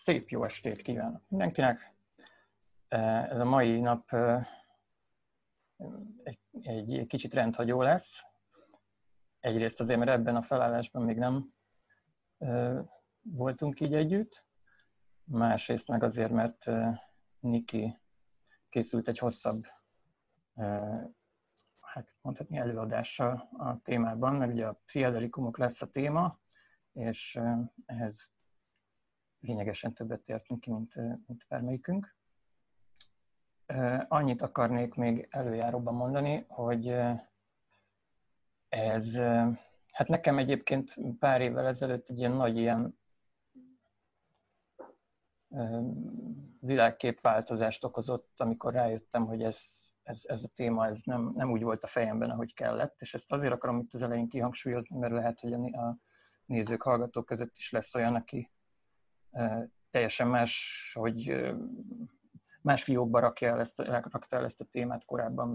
Szép jó estét kívánok mindenkinek! Ez a mai nap egy kicsit rendhagyó lesz. Egyrészt azért, mert ebben a felállásban még nem voltunk így együtt. Másrészt meg azért, mert Niki készült egy hosszabb, hát mondhatni előadással a témában, mert ugye a pszichedelikumok lesz a téma, és ehhez lényegesen többet értünk ki, mint bármelyikünk. Annyit akarnék még előjáróban mondani, hogy ez, hát nekem egyébként pár évvel ezelőtt egy ilyen nagy világképváltozást okozott, amikor rájöttem, hogy ez a téma ez nem úgy volt a fejemben, ahogy kellett, és ezt azért akarom itt az elején kihangsúlyozni, mert lehet, hogy a nézők, hallgatók között is lesz olyan, aki teljesen más, hogy más fiókba rakta el ezt a témát korábban,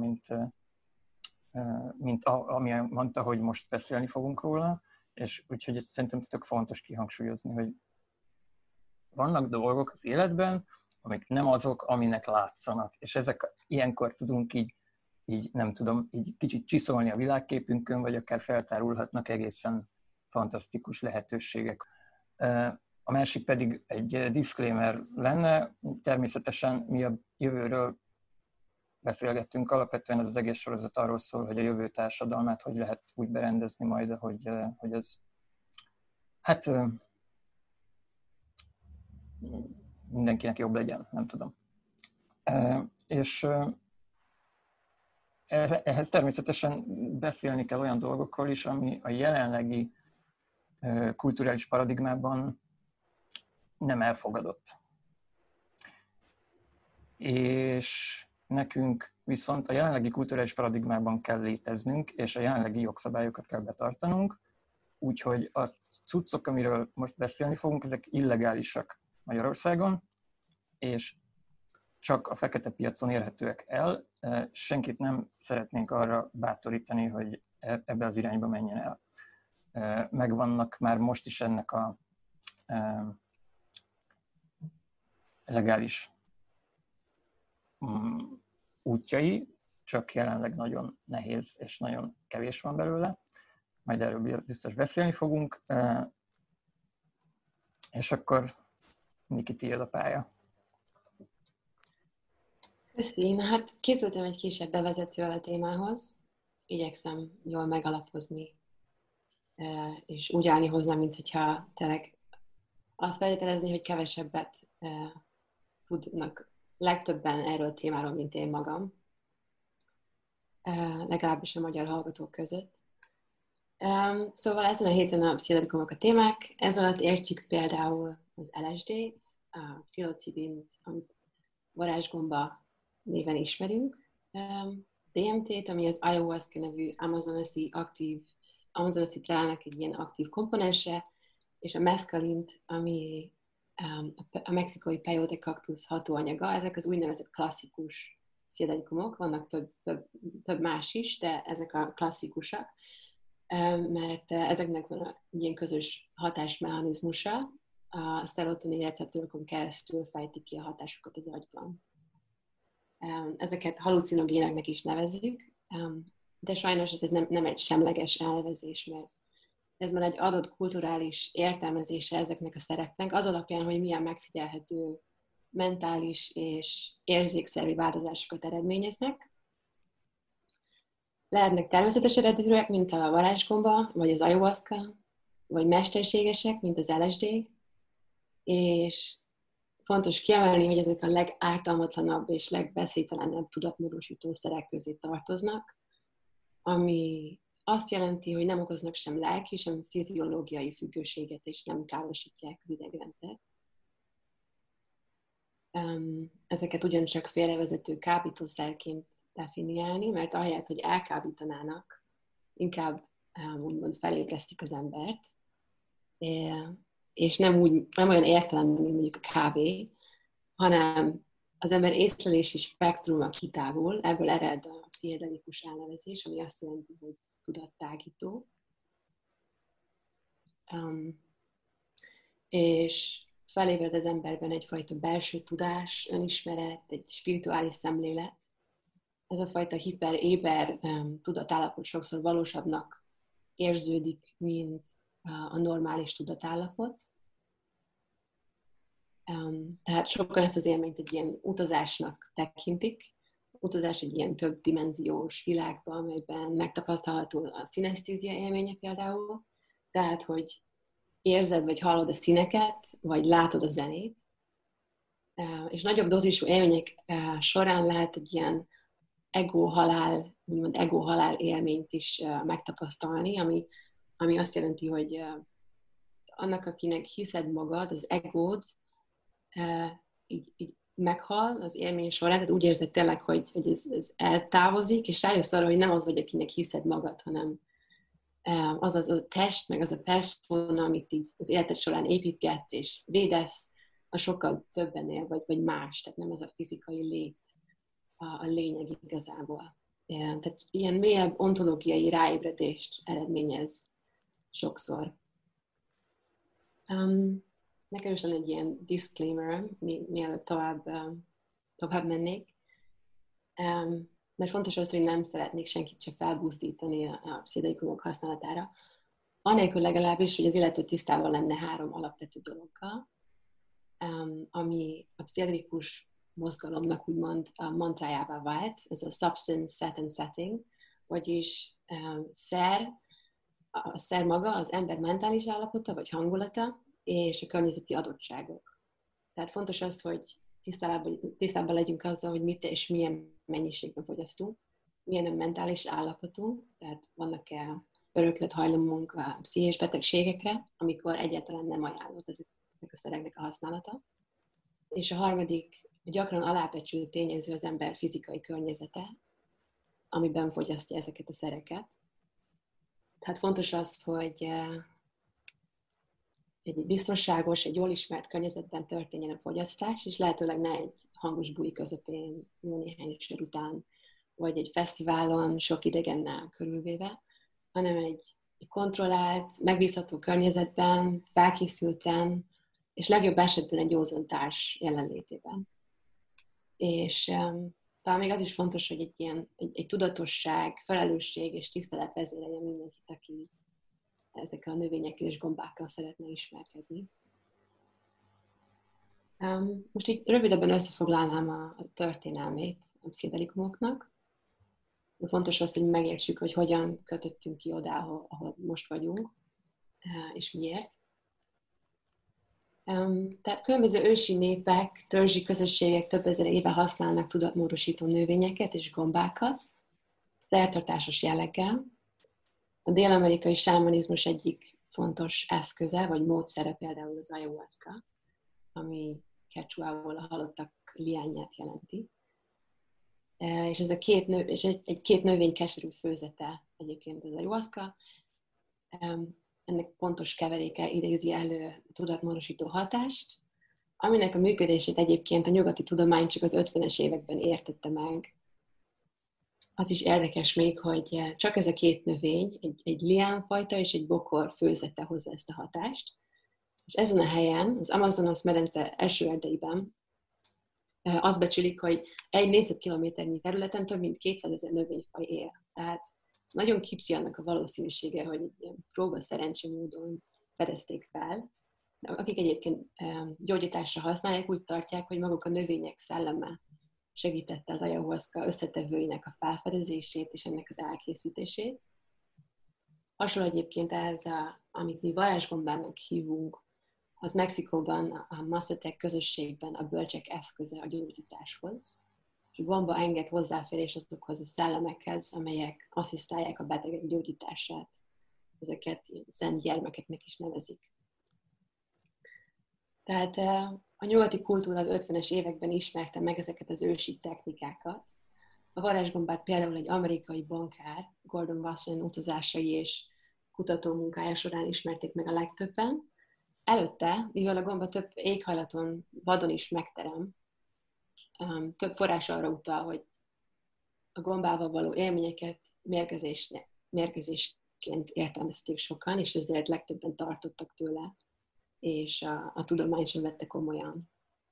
mint ami mondta, hogy most beszélni fogunk róla, és úgyhogy ezt szerintem tök fontos kihangsúlyozni, hogy vannak dolgok az életben, amik nem azok, aminek látszanak, és ilyenkor tudunk így nem tudom, így kicsit csiszolni a világképünkön, vagy akár feltárulhatnak egészen fantasztikus lehetőségek. A másik pedig egy disclaimer lenne, természetesen mi a jövőről beszélgettünk, alapvetően ez az egész sorozat arról szól, hogy a jövő társadalmát hogy lehet úgy berendezni majd, hogy ez hát mindenkinek jobb legyen, nem tudom. És ehhez természetesen beszélni kell olyan dolgokról is, ami a jelenlegi kulturális paradigmában nem elfogadott. És nekünk viszont a jelenlegi kulturális paradigmában kell léteznünk, és a jelenlegi jogszabályokat kell betartanunk, úgyhogy a cuccok, amiről most beszélni fogunk, ezek illegálisak Magyarországon, és csak a fekete piacon érhetőek el. Senkit nem szeretnénk arra bátorítani, hogy ebbe az irányba menjen el. Megvannak már most is ennek a legális útjai, csak jelenleg nagyon nehéz és nagyon kevés van belőle. Majd erről biztos beszélni fogunk. És akkor Niki, tiéd a pálya. Köszi. Hát készültem egy kisebb bevezetővel a témához. Igyekszem jól megalapozni, és úgy állni hozzá, mint hogyha tényleg azt feltételezni, hogy kevesebbet tudnak legtöbben erről a témáról, mint én magam. Legalábbis a magyar hallgatók között. Szóval ezen a héten a pszichedelikumok a témák. Ez alatt értjük például az LSD-t, a pszilocibint, amit varázsgomba néven ismerünk, DMT-t, ami az ayahuasca nevű amazonasi lelnek egy ilyen aktív komponense, és a mescalint, ami a mexikói peyote kaktusz hatóanyaga. Ezek az úgynevezett klasszikus pszichedelikumok, vannak több más is, de ezek a klasszikusak, mert ezeknek van egy ilyen közös hatásmechanizmusa, a szerotoni receptorokon keresztül fejtik ki a hatásukat az agyban. Ezeket halucinogéneknek is nevezzük, de sajnos ez nem egy semleges elnevezés, mert ez már egy adott kulturális értelmezése ezeknek a szereknek, az alapján, hogy milyen megfigyelhető mentális és érzékszervi változásokat eredményeznek. Lehetnek természetes eredetűek, mint a varázsgomba, vagy az ayahuasca, vagy mesterségesek, mint az LSD, és fontos kiemelni, hogy ezek a legártalmatlanabb és legveszélytelenebb tudatmódosító szerek közé tartoznak, ami azt jelenti, hogy nem okoznak sem lelki, sem fiziológiai függőséget, és nem károsítják az idegrendszert. Ezeket ugyancsak félrevezető kábítószerként definiálni, mert ahelyett, hogy elkábítanának, inkább úgymond felébresztik az embert, és nem olyan értelemben, mint mondjuk a kávé, hanem az ember észlelési spektruma kitávol, ebből ered a pszichedelikus elnevezés, ami azt jelenti, hogy tudattágító. És felébred az emberben egyfajta belső tudás, önismeret, egy spirituális szemlélet. Ez a fajta hiper-éber tudatállapot sokszor valósabbnak érződik, mint a normális tudatállapot. Tehát sokan ezt az élményt egy ilyen utazásnak tekintik. Utazás egy ilyen több dimenziós világban, amelyben megtapasztalható a szinesztézia élménye például. Tehát, hogy érzed vagy hallod a színeket, vagy látod a zenét. És nagyobb dózisú élmények során lehet egy ilyen ego-halál, úgymond ego-halál élményt is megtapasztalni, ami azt jelenti, hogy annak, akinek hiszed magad, az egód így meghal az élmény során, tehát úgy érzed tényleg, hogy ez eltávozik, és rájössz arra, hogy nem az vagy, akinek hiszed magad, hanem az a test, meg az a persona, amit így az életed során építgetsz és védesz, a sokkal több ennél, vagy más, tehát nem ez a fizikai lét a lényeg igazából. Tehát ilyen mélyebb ontológiai ráébredést eredményez sokszor. Nekem is van egy ilyen disclaimer, mielőtt tovább mennék. Mert fontos az, hogy nem szeretnék senkit se felbuzdítani a pszichedelikumok használatára. Anélkül legalábbis, hogy az illető tisztában lenne 3 alapvető dologgal, ami a pszichedelikus mozgalomnak úgymond a mantrájává vált. Ez a substance, set and setting, vagyis a szer maga, az ember mentális állapota vagy hangulata, és a környezeti adottságok. Tehát fontos az, hogy tisztában legyünk azzal, hogy mit és milyen mennyiségben fogyasztunk, milyen a mentális állapotunk, tehát vannak-e öröklött hajlamunk a pszichés betegségekre, amikor egyáltalán nem ajánlott ezeknek a szereknek a használata. És a harmadik, gyakran alábecsült tényező az ember fizikai környezete, amiben fogyasztja ezeket a szereket. Tehát fontos az, hogy egy biztonságos, egy jól ismert környezetben történjen a fogyasztás, és lehetőleg ne egy hangos buli közepén, jó néhány sör után, vagy egy fesztiválon sok idegennel körülvéve, hanem egy kontrollált, megbízható környezetben, felkészülten, és legjobb esetben egy józan társ jelenlétében. És talán még az is fontos, hogy egy tudatosság, felelősség és tisztelet vezérelje mindenkit, aki ezekkel a növényekkel és gombákkal szeretne ismerkedni. Most így rövidebben összefoglalnám a történelmét a pszichedelikumoknak. Fontos az, hogy megértsük, hogy hogyan kötöttünk ki oda, ahol most vagyunk, és miért. Tehát különböző ősi népek, törzsi közösségek több ezer éve használnak tudatmódosító növényeket és gombákat, szertartásos jelleggel. A dél-amerikai sámanizmus egyik fontos eszköze, vagy módszere például az ayahuasca, ami Quechuából a halottak liányát jelenti. És ez egy két növény keserű főzete egyébként az ayahuasca. Ennek pontos keveréke idézi elő tudatmódosító hatást, aminek a működését egyébként a nyugati tudomány csak az 50-es években értette meg. Az is érdekes még, hogy csak ez a két növény, egy liánfajta és egy bokor főzete hozza ezt a hatást. És ezen a helyen, az Amazonas medence első erdeiben azt becsülik, hogy 1 négyzetkilométernyi területen több mint 200 000 növényfaj él. Tehát nagyon kicsi annak a valószínűsége, hogy egy ilyen próba szerencsé módon fedezték fel. Akik egyébként gyógyításra használják, úgy tartják, hogy maguk a növények szelleme segítette az ayahuasca összetevőinek a felfedezését és ennek az elkészítését. Hasonló egyébként ez, amit mi varázsgombának hívunk, az Mexikóban, a Mazatec közösségben a bölcsek eszköze a gyógyításhoz. És a gomba enged hozzáférés azokhoz a szellemekhez, amelyek asszisztálják a betegek gyógyítását. Ezeket szent gyermekeknek is nevezik. Tehát a nyugati kultúra az 50-es években ismerte meg ezeket az ősi technikákat. A varázsgombát például egy amerikai bankár, Gordon Wasson utazásai és kutatómunkája során ismerték meg a legtöbben. Előtte, mivel a gomba több éghajlaton, vadon is megterem, több forrás arra utal, hogy a gombával való élményeket mérgezésként értelmezték sokan, és ezért legtöbben tartottak tőle. és a tudomány sem vette komolyan.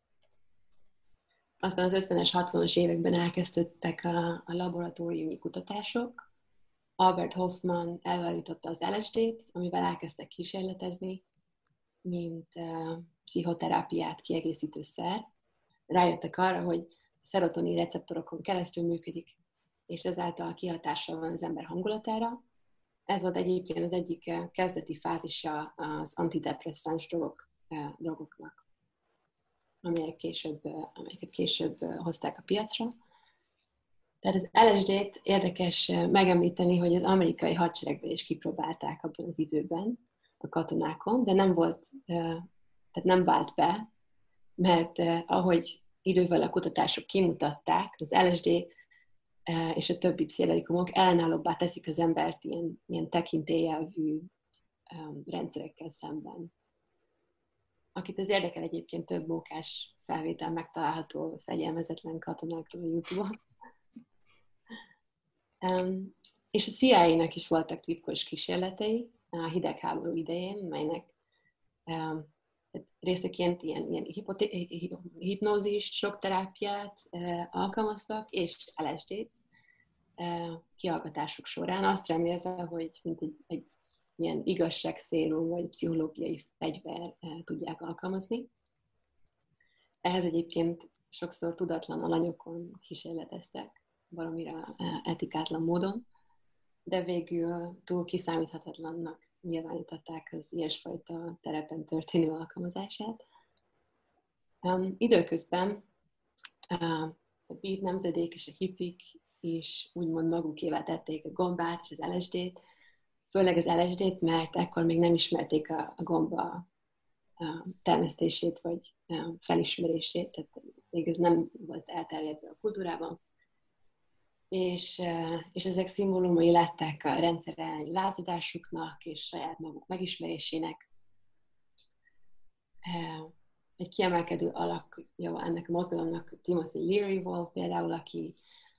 Aztán az 50-es, 60-as években elkezdődtek a laboratóriumi kutatások. Albert Hoffman előállította az LSD-t, amivel elkezdtek kísérletezni, mint pszichoterápiát kiegészítő szer. Rájöttek arra, hogy a szerotonin receptorokon keresztül működik, és ezáltal kihatással van az ember hangulatára. Ez volt egyébként az egyik kezdeti fázisa az antidepresszáns drogoknak, amelyeket később hozták a piacra. Tehát az LSD-t érdekes megemlíteni, hogy az amerikai hadseregben is kipróbálták abban az időben a katonákon, de tehát nem vált be, mert ahogy idővel a kutatások kimutatták, az LSD és a többi pszichedelikumok ellenállóbbá teszik az embert ilyen tekintélyelvű rendszerekkel szemben. Akit az érdekel, egyébként több mókás felvétel megtalálható fegyelmezetlen katonákról a YouTube-on. És a CIA-nek is voltak titkos kísérletei a hidegháború idején, melynek részeként ilyen hipnózist, sokterápiát alkalmaztak, és LSD-t kihallgatások során, azt remélve, hogy mint egy ilyen igazságszéló vagy pszichológiai fegyver tudják alkalmazni. Ehhez egyébként sokszor tudatlan alanyokon kísérleteztek, valamire etikátlan módon, de végül túl kiszámíthatatlannak nyilvánították az ilyesfajta terepen történő alkalmazását. Időközben a beat nemzedék és a hippik is úgymond magukévá tették a gombát és az LSD-t, főleg az LSD-t, mert ekkor még nem ismerték a gomba termesztését vagy felismerését, tehát még ez nem volt elterjedve a kultúrában. És ezek szimbólumai lettek a rendszerellenes lázadásuknak és saját maguk megismerésének. Egy kiemelkedő alakja ennek a mozgalomnak Timothy Leary volt például, aki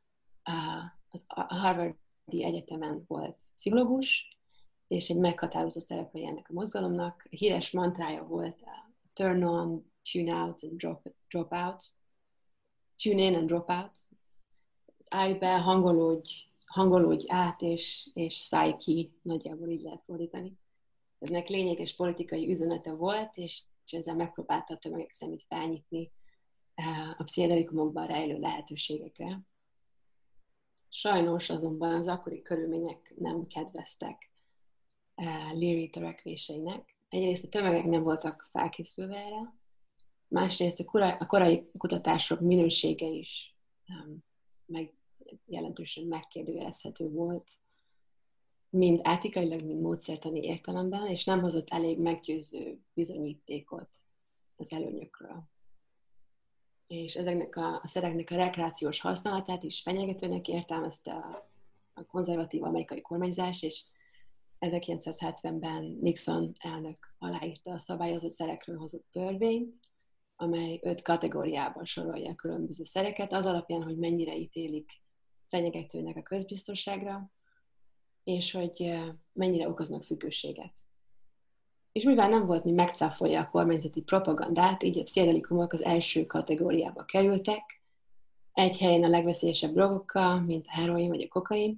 a Harvardi Egyetemen volt pszichológus, és egy meghatározó szereplője ennek a mozgalomnak. A híres mantrája volt a turn on, tune out and drop out. Tune in and drop out. Állj be, hangolódj át, és szállj ki, nagyjából így lehet fordítani. Eznek lényeges politikai üzenete volt, és ezzel megpróbálta a tömegek szemét felnyitni a pszichedelikumokban rejlő lehetőségekre. Sajnos azonban az akkori körülmények nem kedveztek Leary törekvéseinek. Egyrészt a tömegek nem voltak felkészülve erre, másrészt a korai kutatások minősége is jelentősen megkérdőjelezhető volt, mind etikailag, mind módszertani értelemben, és nem hozott elég meggyőző bizonyítékot az előnyökről. És ezeknek a szereknek a rekreációs használatát is fenyegetőnek értelmezte a konzervatív amerikai kormányzás, és 1970-ben Nixon elnök aláírta a szabályozott szerekről hozott törvényt, amely 5 kategóriában sorolja a különböző szereket, az alapján, hogy mennyire ítélik fenyegetőnek a közbiztonságra, és hogy mennyire okoznak függőséget. És mivel nem volt, mi megcáfolja a kormányzati propagandát, így a pszichedelikumok az első kategóriába kerültek, egy helyen a legveszélyesebb drogokkal, mint a heroin vagy a kokain,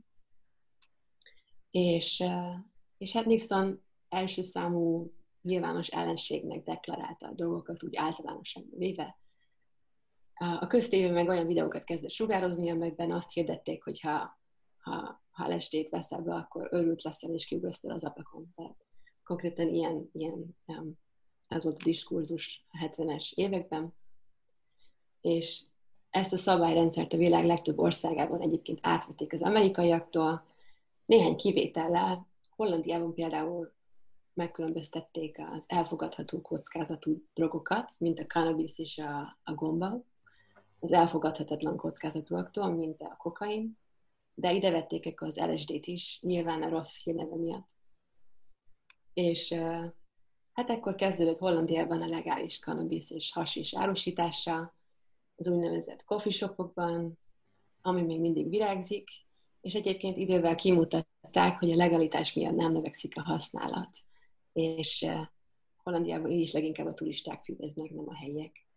és hát Nixon első számú nyilvános ellenségnek deklarálta a drogokat, úgy általánosságban véve. A köztévé meg olyan videókat kezdett sugározni, amelyben azt hirdették, hogy ha LSD-t veszel be, akkor őrült leszel és kiugrasztod az ablakon. Tehát konkrétan ilyen ez volt a diskurzus a 70-es években. És ezt a szabályrendszert a világ legtöbb országában egyébként átvették az amerikaiaktól. Néhány kivétellel, Hollandiában például megkülönböztették az elfogadható kockázatú drogokat, mint a cannabis és a gomba, az elfogadhatatlan kockázatúaktól, mint a kokain, de ide vették az LSD-t is, nyilván a rossz hírneve miatt. És hát ekkor kezdődött Hollandiában a legális cannabis és hasis árusítása, az úgynevezett coffee shopokban, ami még mindig virágzik, és egyébként idővel kimutatták, hogy a legalitás miatt nem növekszik a használat. És Hollandiában így is leginkább a turisták fűveznek, nem a helyiek.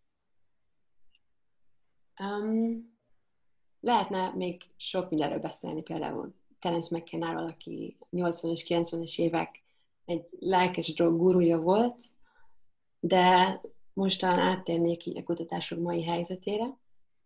Lehetne még sok mindenről beszélni, például Terence McKenna-ról, aki 80-as, 90-es évek egy lelkes droggurúja volt, de most talán áttérnék így a kutatások mai helyzetére.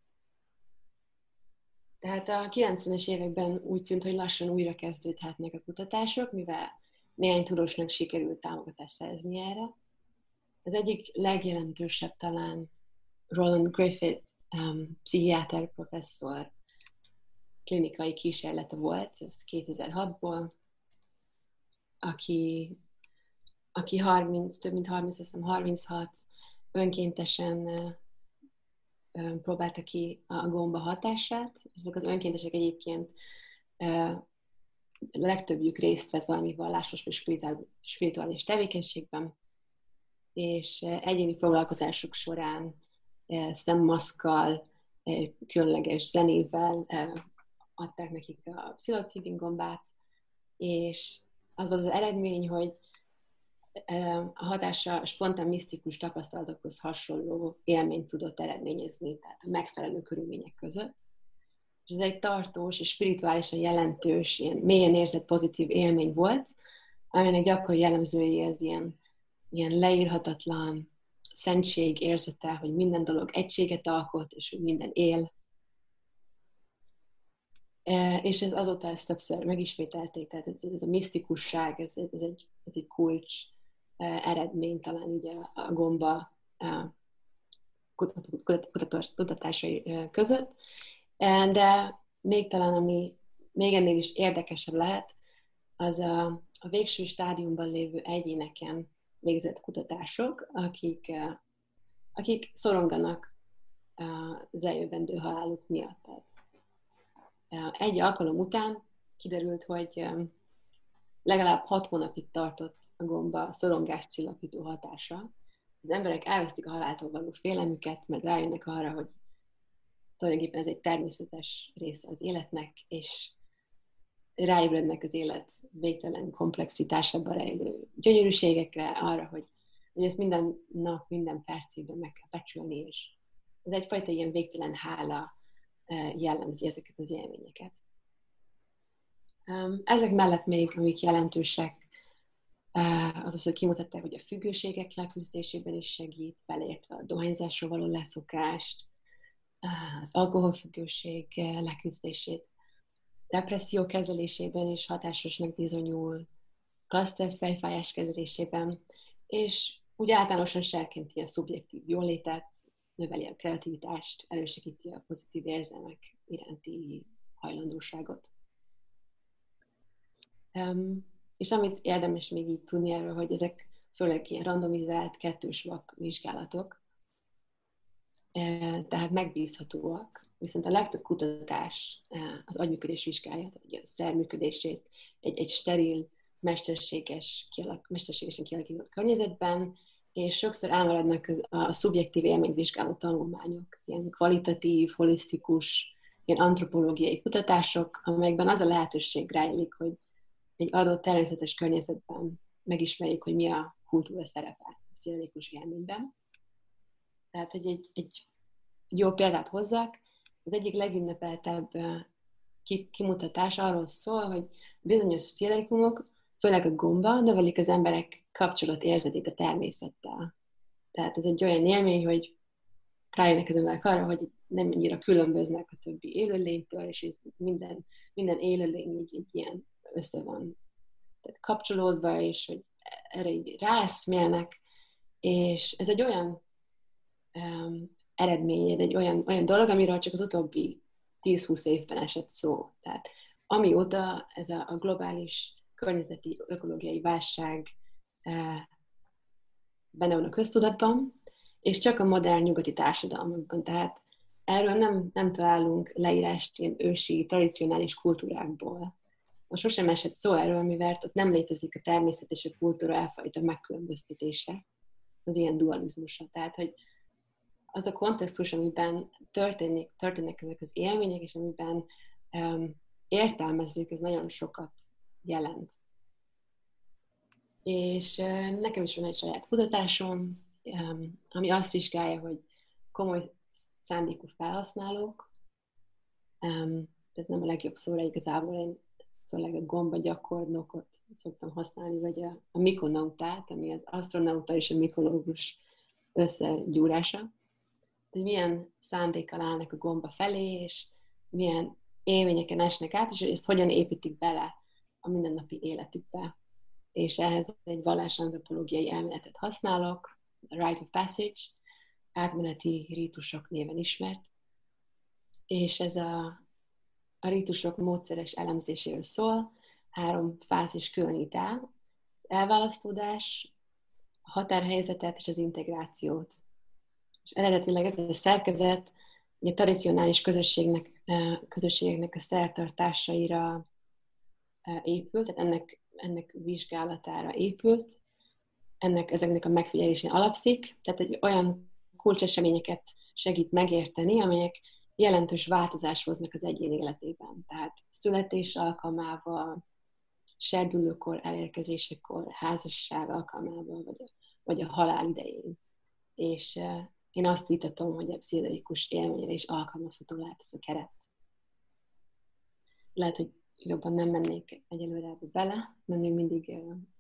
Tehát a 90-es években úgy tűnt, hogy lassan újra kezdődhetnek a kutatások, mivel néhány tudósnak sikerült támogatást szerezni erre. Az egyik legjelentősebb talán Roland Griffith, pszichiáter professzor klinikai kísérlete volt, ez 2006-ból, aki több mint 36 önkéntesen próbálta ki a gomba hatását. Ezek az önkéntesek egyébként legtöbbjük részt vett valami vallásos vagy spirituális tevékenységben, és egyéni foglalkozások során szemmaszkkal, különleges zenével adták nekik a pszilocibin gombát, és az volt az eredmény, hogy a hatása spontán misztikus tapasztalatokhoz hasonló élményt tudott eredményezni, tehát a megfelelő körülmények között. És ez egy tartós és spirituálisan jelentős, ilyen mélyen érzett pozitív élmény volt, aminek gyakori jellemzői az ilyen leírhatatlan szentség érzete, hogy minden dolog egységet alkot, és hogy minden él. És ez azóta ezt többször megismételték, tehát ez a misztikusság, ez egy kulcs eredmény talán így a gomba kutatásai között. De még talán, ami még ennél is érdekesebb lehet, az a végső stádiumban lévő egyéneken végzett kutatások, akik szoronganak az eljövendő haláluk miatt. Tehát egy alkalom után kiderült, hogy legalább 6 hónapig tartott a gomba szorongást csillapító hatása. Az emberek elvesztik a haláltól való félelmüket, mert rájönnek arra, hogy tulajdonképpen ez egy természetes része az életnek, és ráébrednek az élet végtelen komplexitásában rejlő gyönyörűségekre, arra, hogy ezt minden nap, minden percében meg kell becsülni, és ez egyfajta ilyen végtelen hála jellemzi ezeket az élményeket. Ezek mellett még, amik jelentősek, az, hogy kimutatták, hogy a függőségek leküzdésében is segít, beleértve a dohányzásról való leszokást, az alkoholfüggőség leküzdését, depresszió kezelésében is hatásosnak bizonyul, klaszter fejfájás kezelésében, és úgy általánosan serkenti a szubjektív jólétet, növeli a kreativitást, elősegíti a pozitív érzelmek iránti hajlandóságot. És amit érdemes még így tudni erről, hogy ezek főleg ilyen randomizált, kettős vak vizsgálatok, tehát megbízhatóak, viszont a legtöbb kutatás az agyműködés vizsgálja, tehát a szervműködését egy steril, mesterségesen kialakított környezetben, és sokszor elmaradnak a szubjektív élményvizsgáló tanulmányok, ilyen kvalitatív, holisztikus, ilyen antropológiai kutatások, amelyekben az a lehetőség rejlik, hogy egy adott természetes környezetben megismerjük, hogy mi a kultúra szerepe a pszichedelikus élményben. Tehát, hogy egy jó példát hozzak, az egyik legünnepeltebb kimutatás arról szól, hogy bizonyos pszichedelikumok, főleg a gomba, növelik az emberek kapcsolatérzetét a természettel. Tehát ez egy olyan élmény, hogy rájönnek az emberek arra, hogy nem annyira különböznek a többi élőlénytől, és minden élőlény így ilyen össze van tehát kapcsolódva, és hogy erre így ráeszmélnek, és ez egy olyan eredmény, egy olyan dolog, amiről csak az utóbbi 10-20 évben esett szó. Tehát amióta ez a globális környezeti ökológiai válság benne van a köztudatban, és csak a modern nyugati társadalmakban. Tehát erről nem találunk leírást ilyen ősi, tradicionális kultúrákból. Most sosem esett szó erről, mivel ott nem létezik a természet és a kultúra elfajta megkülönböztetése, az ilyen dualizmusa. Tehát, hogy az a kontextus, amiben történnek ezek az élmények, és amiben értelmezzük, ez nagyon sokat jelent. És nekem is van egy saját kutatásom, ami azt vizsgálja, hogy komoly szándékú felhasználók, ez nem a legjobb szóra igazából, én főleg a gombagyakornokot szoktam használni, vagy a mikonautát, ami az asztronauta és a mikológus összegyúrása. Hogy milyen szándékkal állnak a gomba felé, és milyen élményeken esnek át, és ezt hogyan építik bele a mindennapi életükbe. És ehhez egy vallásantropológiai elméletet használok, a Rite of Passage, átmeneti rítusok néven ismert, és ez a rítusok módszeres elemzéséről szól, 3 fázis különít el: elválasztódás, a határhelyzetet és az integrációt. És eredetileg ez a szerkezet a tradicionális közösségeknek a szertartásaira épült, tehát ennek vizsgálatára épült, ezeknek a megfigyelésén alapszik, tehát egy olyan kulcseseményeket segít megérteni, amelyek jelentős változást hoznak az egyén életében. Tehát születés alkalmával, serdülőkor, elérkezésekor, házasság alkalmával, vagy a halál idején. És én azt vitatom, hogy a pszichedelikus élményre is alkalmazható lehet ez a keret. Lehet, hogy jobban nem mennék egyelőre ebbe bele, mert még mindig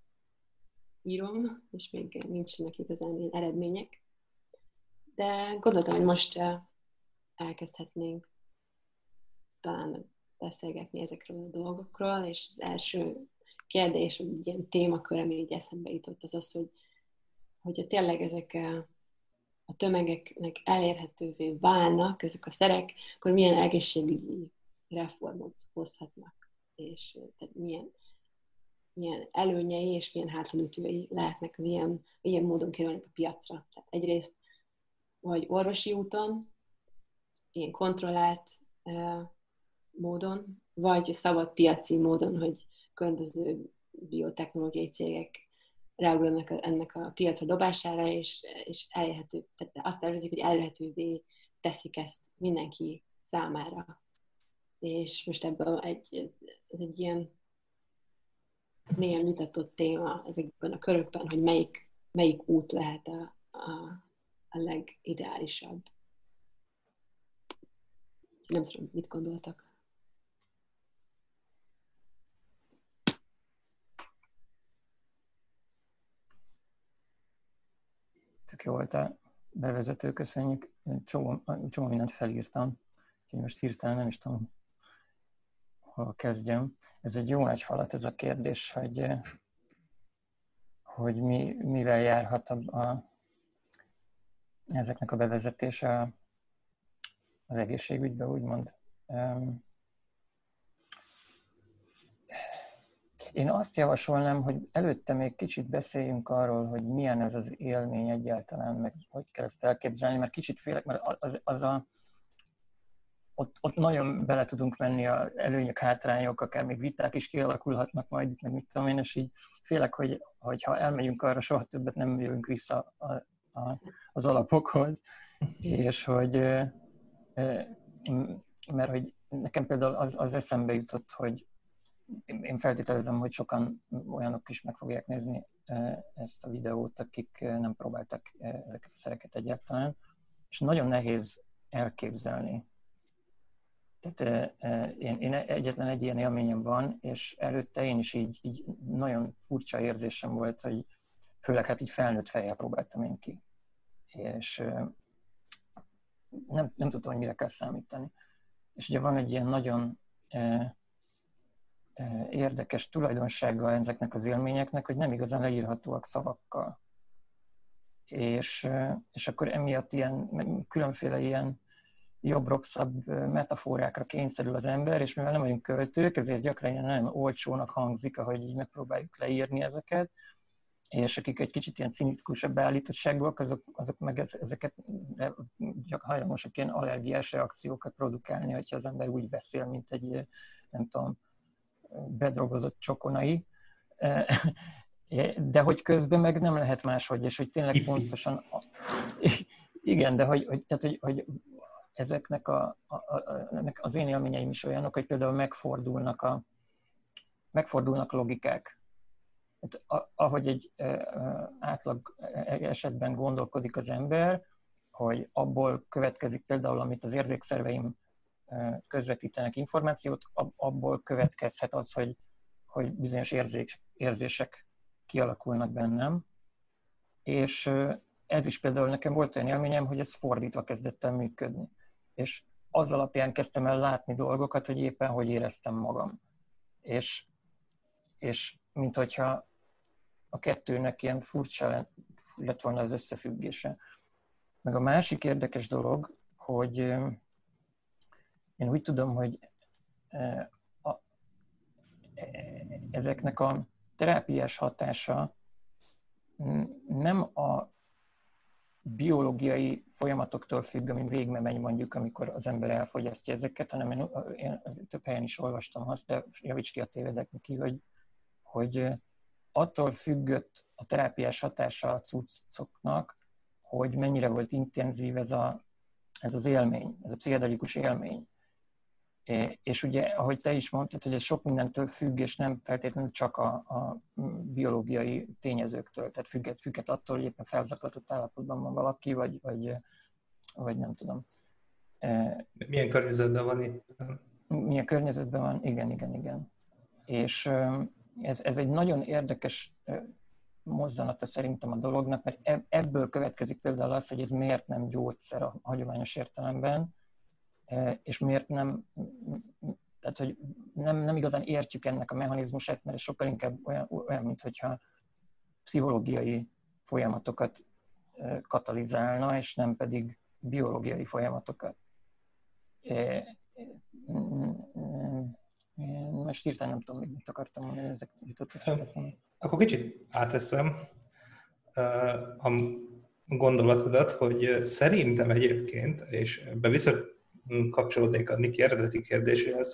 írom, és még nincsenek igazán ilyen eredmények. De gondoltam, hogy most elkezdhetnénk talán beszélgetni ezekről a dolgokról, és az első kérdés, vagy egy ilyen témakör, ami így eszembe jutott, az az, hogy tényleg ezek a tömegeknek elérhetővé válnak ezek a szerek, akkor milyen egészségügyi reformot hozhatnak, és tehát milyen előnyei és milyen hátraütői lehetnek az ilyen módon kerülnek a piacra. Tehát egyrészt vagy orvosi úton, ilyen kontrollált módon, vagy szabad piaci módon, hogy különböző biotechnológiai cégek ráugranak ennek a piacra dobására, és elérhető, tehát azt tervezik, hogy elérhetővé teszik ezt mindenki számára. És most ebből ez egy ilyen mélyen vitatott téma ezekben a körökben, hogy melyik út lehet a legideálisabb. Nem tudom, mit gondoltak. Tök jó volt a bevezető, köszönjük. Csomó mindent felírtam, úgyhogy most hirtelen nem is tudom, hol kezdjem. Ez egy jó nagy falat ez a kérdés, hogy mivel járhat ezeknek a bevezetése az egészségügybe, úgymond. Én azt javasolnám, hogy előtte még kicsit beszéljünk arról, hogy milyen ez az élmény egyáltalán, meg hogy kell ezt elképzelni, mert kicsit félek, mert ott nagyon bele tudunk menni az előnyök, hátrányok, akár még viták is kialakulhatnak majd itt, meg mit tudom én, és így félek, hogy ha elmegyünk arra, soha többet nem jövünk vissza az alapokhoz, és mert hogy nekem például az eszembe jutott, hogy én feltételezem, hogy sokan olyanok is meg fogják nézni ezt a videót, akik nem próbáltak ezeket a szereket egyáltalán, és nagyon nehéz elképzelni. Tehát én egyetlen egy ilyen élményem van, és előtte én is így nagyon furcsa érzésem volt, hogy főleg hát így felnőtt fejjel próbáltam én ki. És nem tudtam, hogy mire kell számítani. És ugye van egy ilyen nagyon érdekes tulajdonsága ezeknek az élményeknek, hogy nem igazán leírhatóak szavakkal. És akkor emiatt különféle ilyen jobb-rosszabb metaforákra kényszerül az ember, és mivel nem vagyunk költők, ezért gyakran ilyen nagyon olcsónak hangzik, ahogy így megpróbáljuk leírni ezeket, és akik egy kicsit ilyen cinikusabb beállítottságúak, azok meg ezeket hajlamosak ilyen allergiás reakciókat produkálni, hogyha az ember úgy beszél, mint egy, nem tudom, bedrogozott csokonai, de hogy közben meg nem lehet máshogy, és hogy tényleg pontosan... Igen, de hogy ezeknek az én élményeim is olyanok, hogy például megfordulnak logikák. Ahogy egy átlag esetben gondolkodik az ember, hogy abból következik például, amit az érzékszerveim közvetítenek információt, abból következhet az, hogy bizonyos érzések kialakulnak bennem. És ez is például nekem volt olyan élményem, hogy ez fordítva kezdett el működni. És az alapján kezdtem el látni dolgokat, hogy éppen hogy éreztem magam. És mint hogyha a kettőnek ilyen furcsa lett volna az összefüggése. Meg a másik érdekes dolog, hogy én úgy tudom, hogy ezeknek a terápiás hatása nem a biológiai folyamatoktól függ, ami végbe megy mondjuk, amikor az ember elfogyasztja ezeket, hanem én több helyen is olvastam azt, de javíts ki, a tévedek neki, hogy attól függött a terápiás hatása a cuccoknak, hogy mennyire volt intenzív ez az élmény, ez a pszichedelikus élmény. És ugye, ahogy te is mondtad, hogy ez sok mindentől függ, és nem feltétlenül csak a biológiai tényezőktől, tehát függet attól, hogy éppen felzaklatott állapotban van valaki, vagy nem tudom. Milyen környezetben van itt? Milyen környezetben van, igen. És ez egy nagyon érdekes mozzanata szerintem a dolognak, mert ebből következik például az, hogy ez miért nem gyógyszer a hagyományos értelemben, és miért nem, tehát hogy nem igazán értjük ennek a mechanizmusát, mert ez sokkal inkább olyan mint hogyha pszichológiai folyamatokat katalizálna, és nem pedig biológiai folyamatokat. Most hirtelen nem tudom, mit akartam mondani, ezek jutottak eszembe. Akkor kicsit áteszem a gondolatodat, hogy szerintem egyébként, és ebbe visszakapcsolódnék a Niki eredeti kérdéséhez,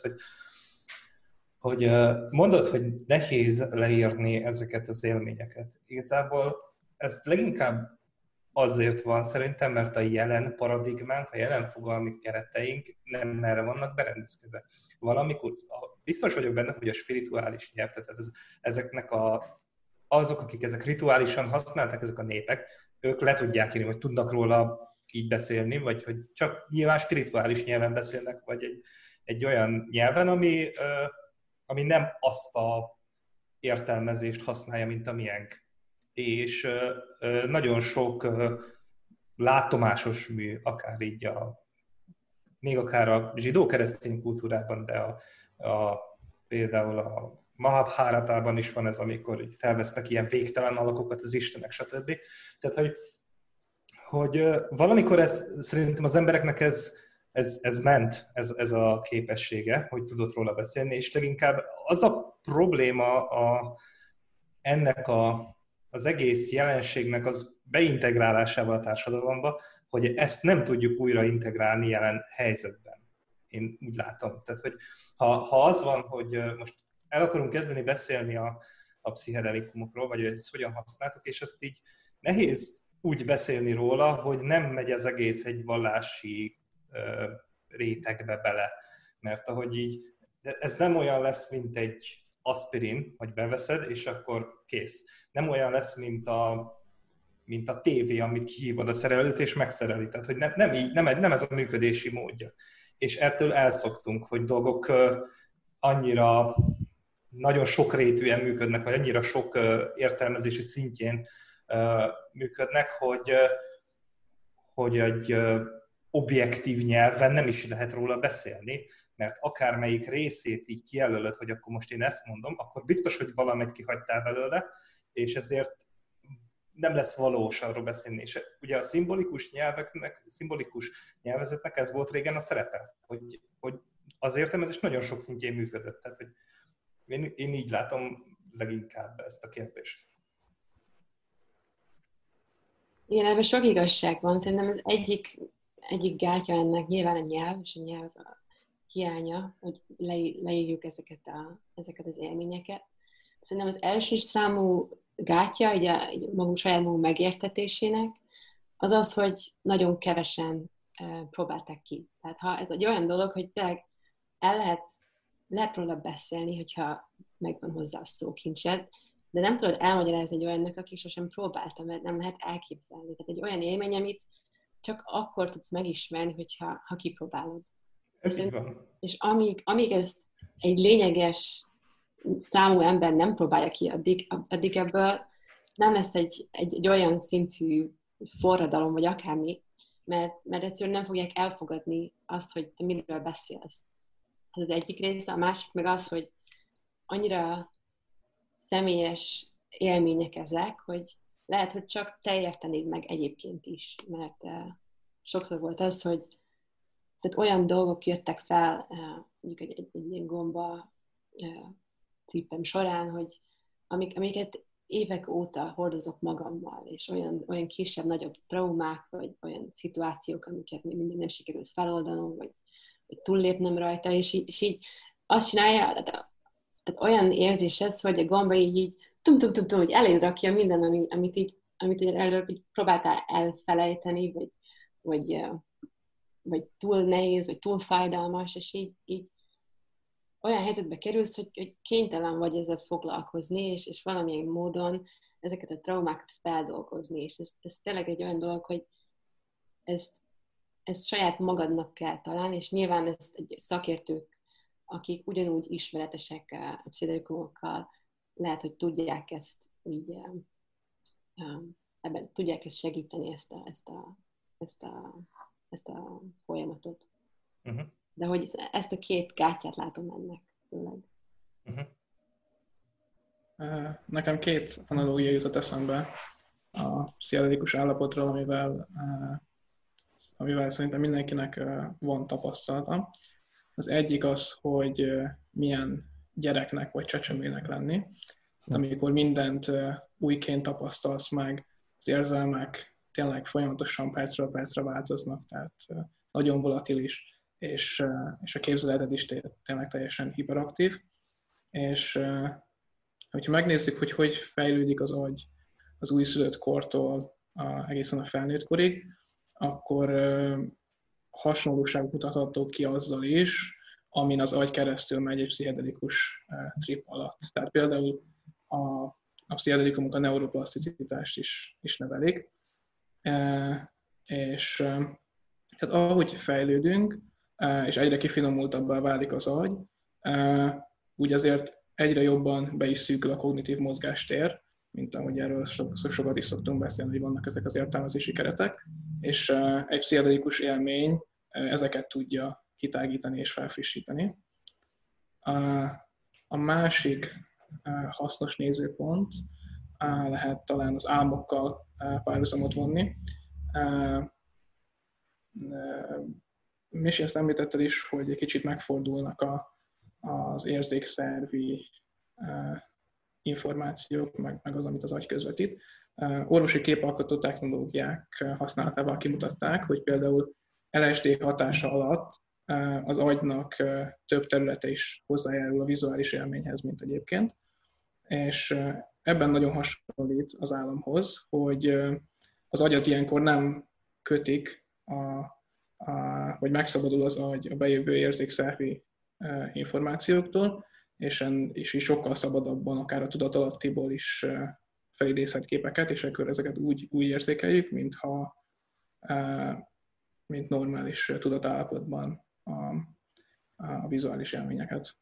hogy mondod, hogy nehéz leírni ezeket az élményeket. Igazából ez leginkább azért van szerintem, mert a jelen paradigmánk, a jelen fogalmi kereteink nem erre vannak berendezkedve. Valamikor biztos vagyok benne, hogy a spirituális nyelv, tehát ezeknek azok, akik ezek rituálisan használták, ezek a népek, ők le tudják írni, vagy tudnak róla így beszélni, vagy hogy csak nyilván spirituális nyelven beszélnek, vagy egy olyan nyelven, ami nem azt a értelmezést használja, mint a miénk. És nagyon sok látomásos mű, akár így még akár a zsidó-keresztény kultúrában, de például a Mahabháratában is van ez, amikor felvesznek ilyen végtelen alakokat az istenek, stb. Tehát, hogy valamikor szerintem az embereknek ez ment, ez a képessége, hogy tudott róla beszélni, és leginkább az a probléma ennek az egész jelenségnek az beintegrálásával a társadalomba, hogy ezt nem tudjuk újra integrálni jelen helyzetben. Én úgy látom. Tehát, hogy ha az van, hogy most el akarunk kezdeni beszélni a pszichedelikumokról, vagy hogy ezt hogyan használtuk, és azt így nehéz úgy beszélni róla, hogy nem megy az egész egy vallási rétegbe bele. Mert ahogy így, de ez nem olyan lesz, mint egy aspirin, hogy beveszed, és akkor kész. Nem olyan lesz, mint a tévé, amit kihívod a szerelőt, és megszereli. Tehát, hogy nem ez a működési módja. És ettől elszoktunk, hogy dolgok annyira nagyon sokrétűen működnek, vagy annyira sok értelmezési szintjén működnek, hogy egy objektív nyelven nem is lehet róla beszélni, mert akármelyik részét így kijelölöd, hogy akkor most én ezt mondom, akkor biztos, hogy valamit kihagytál belőle, és ezért nem lesz valós arról beszélni. És ugye a szimbolikus nyelvezetnek ez volt régen a szerepe, hogy az értelmezés nagyon sok szintjén működött. Tehát, hogy én így látom leginkább ezt a kérdést. Igen, ebben sok igazság van. Szerintem az egyik gátja ennek nyilván a nyelv, és a nyelv hiánya, hogy leírjuk ezeket az élményeket. Szerintem az első számú gátja, így a magunk saját magunk megértetésének, az az, hogy nagyon kevesen próbálták ki. Tehát ha ez egy olyan dolog, hogy tényleg lehet róla beszélni, hogyha megvan hozzá a szókincsed, de nem tudod elmagyarázni egy olyannak, aki sosem próbálta, mert nem lehet elképzelni. Tehát egy olyan élmény, amit csak akkor tudsz megismerni, ha kipróbálod. Ez így van. És amíg ezt egy lényeges számú ember nem próbálja ki, addig ebből nem lesz egy olyan szintű forradalom, vagy akármi, mert egyszerűen nem fogják elfogadni azt, hogy te miről beszélsz. Ez az egyik része, a másik meg az, hogy annyira személyes élmények ezek, hogy lehet, hogy csak te értenéd meg egyébként is, mert sokszor volt az, hogy tehát olyan dolgok jöttek fel mondjuk egy ilyen gomba trippem során, hogy amiket évek óta hordozok magammal, és olyan kisebb-nagyobb traumák, vagy olyan szituációk, amiket még mindig nem sikerült feloldanom, vagy túllépnem rajta, és így azt csinálja, tehát olyan érzés ez, hogy a gomba így tum-tum-tum-tum, hogy eléd rakja minden, amit előbb így próbáltál elfelejteni, vagy túl nehéz, vagy túl fájdalmas, és így olyan helyzetbe kerülsz, hogy kénytelen vagy ezzel foglalkozni, és valamilyen módon ezeket a traumákat feldolgozni, és ez tényleg egy olyan dolog, hogy ezt saját magadnak kell találni, és nyilván ezt egy szakértők, akik ugyanúgy ismeretesek a pszichodelikumokkal, lehet, hogy tudják ezt így, ebben tudják ezt segíteni, ezt a folyamatot. Uh-huh. De hogy ezt a két gátját látom ennek főleg. Uh-huh. Nekem két analógia jutott eszembe a pszichedelikus állapotról, amivel szerintem mindenkinek van tapasztalata. Az egyik az, hogy milyen gyereknek vagy csecsemőnek lenni. Amikor mindent újként tapasztalsz meg, az érzelmek tényleg folyamatosan percről percre változnak, tehát nagyon volatilis, és a képzeleted is tényleg teljesen hiperaktív. És hogyha megnézzük, hogy fejlődik az agy az újszülött kortól egészen a felnőtt korig, akkor hasonlóságot mutathatók ki azzal is, amin az agy keresztül megy egy pszichedelikus trip alatt. Tehát például a pszichedelikumok a neuroplaszticitást is nevelik. És hát ahogy fejlődünk, és egyre kifinomultabbá válik az agy, úgy azért egyre jobban be is szűkül a kognitív mozgástér, mint ahogy erről sokat is szoktunk beszélni, hogy vannak ezek az értelmezési keretek, és egy pszichedelikus élmény ezeket tudja kitágítani és felfrissíteni. A másik hasznos nézőpont lehet talán az álmokkal párhuzamot vonni. Misi, ezt említetted is, hogy egy kicsit megfordulnak az érzékszervi információk, meg az, amit az agy közvetít. Orvosi képalkotó technológiák használatával kimutatták, hogy például LSD hatása alatt az agynak több területe is hozzájárul a vizuális élményhez, mint egyébként. És ebben nagyon hasonlít az álomhoz, hogy az agyat ilyenkor nem kötik, vagy megszabadul az agy a bejövő érzékszervi információktól, és is sokkal szabadabban, akár a tudatalattiból is felidézhet képeket, és akkor ezeket úgy érzékeljük, mint normális tudatállapotban a vizuális élményeket.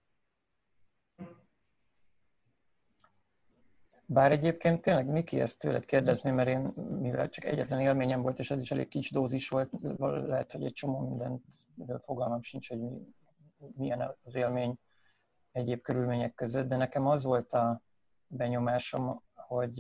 Bár egyébként tényleg, Niki, ezt tőled kérdezni, mert én, mivel csak egyetlen élményem volt, és ez is elég kicsi dózis volt, lehet, hogy egy csomó mindent fogalmam sincs, hogy milyen az élmény egyéb körülmények között, de nekem az volt a benyomásom, hogy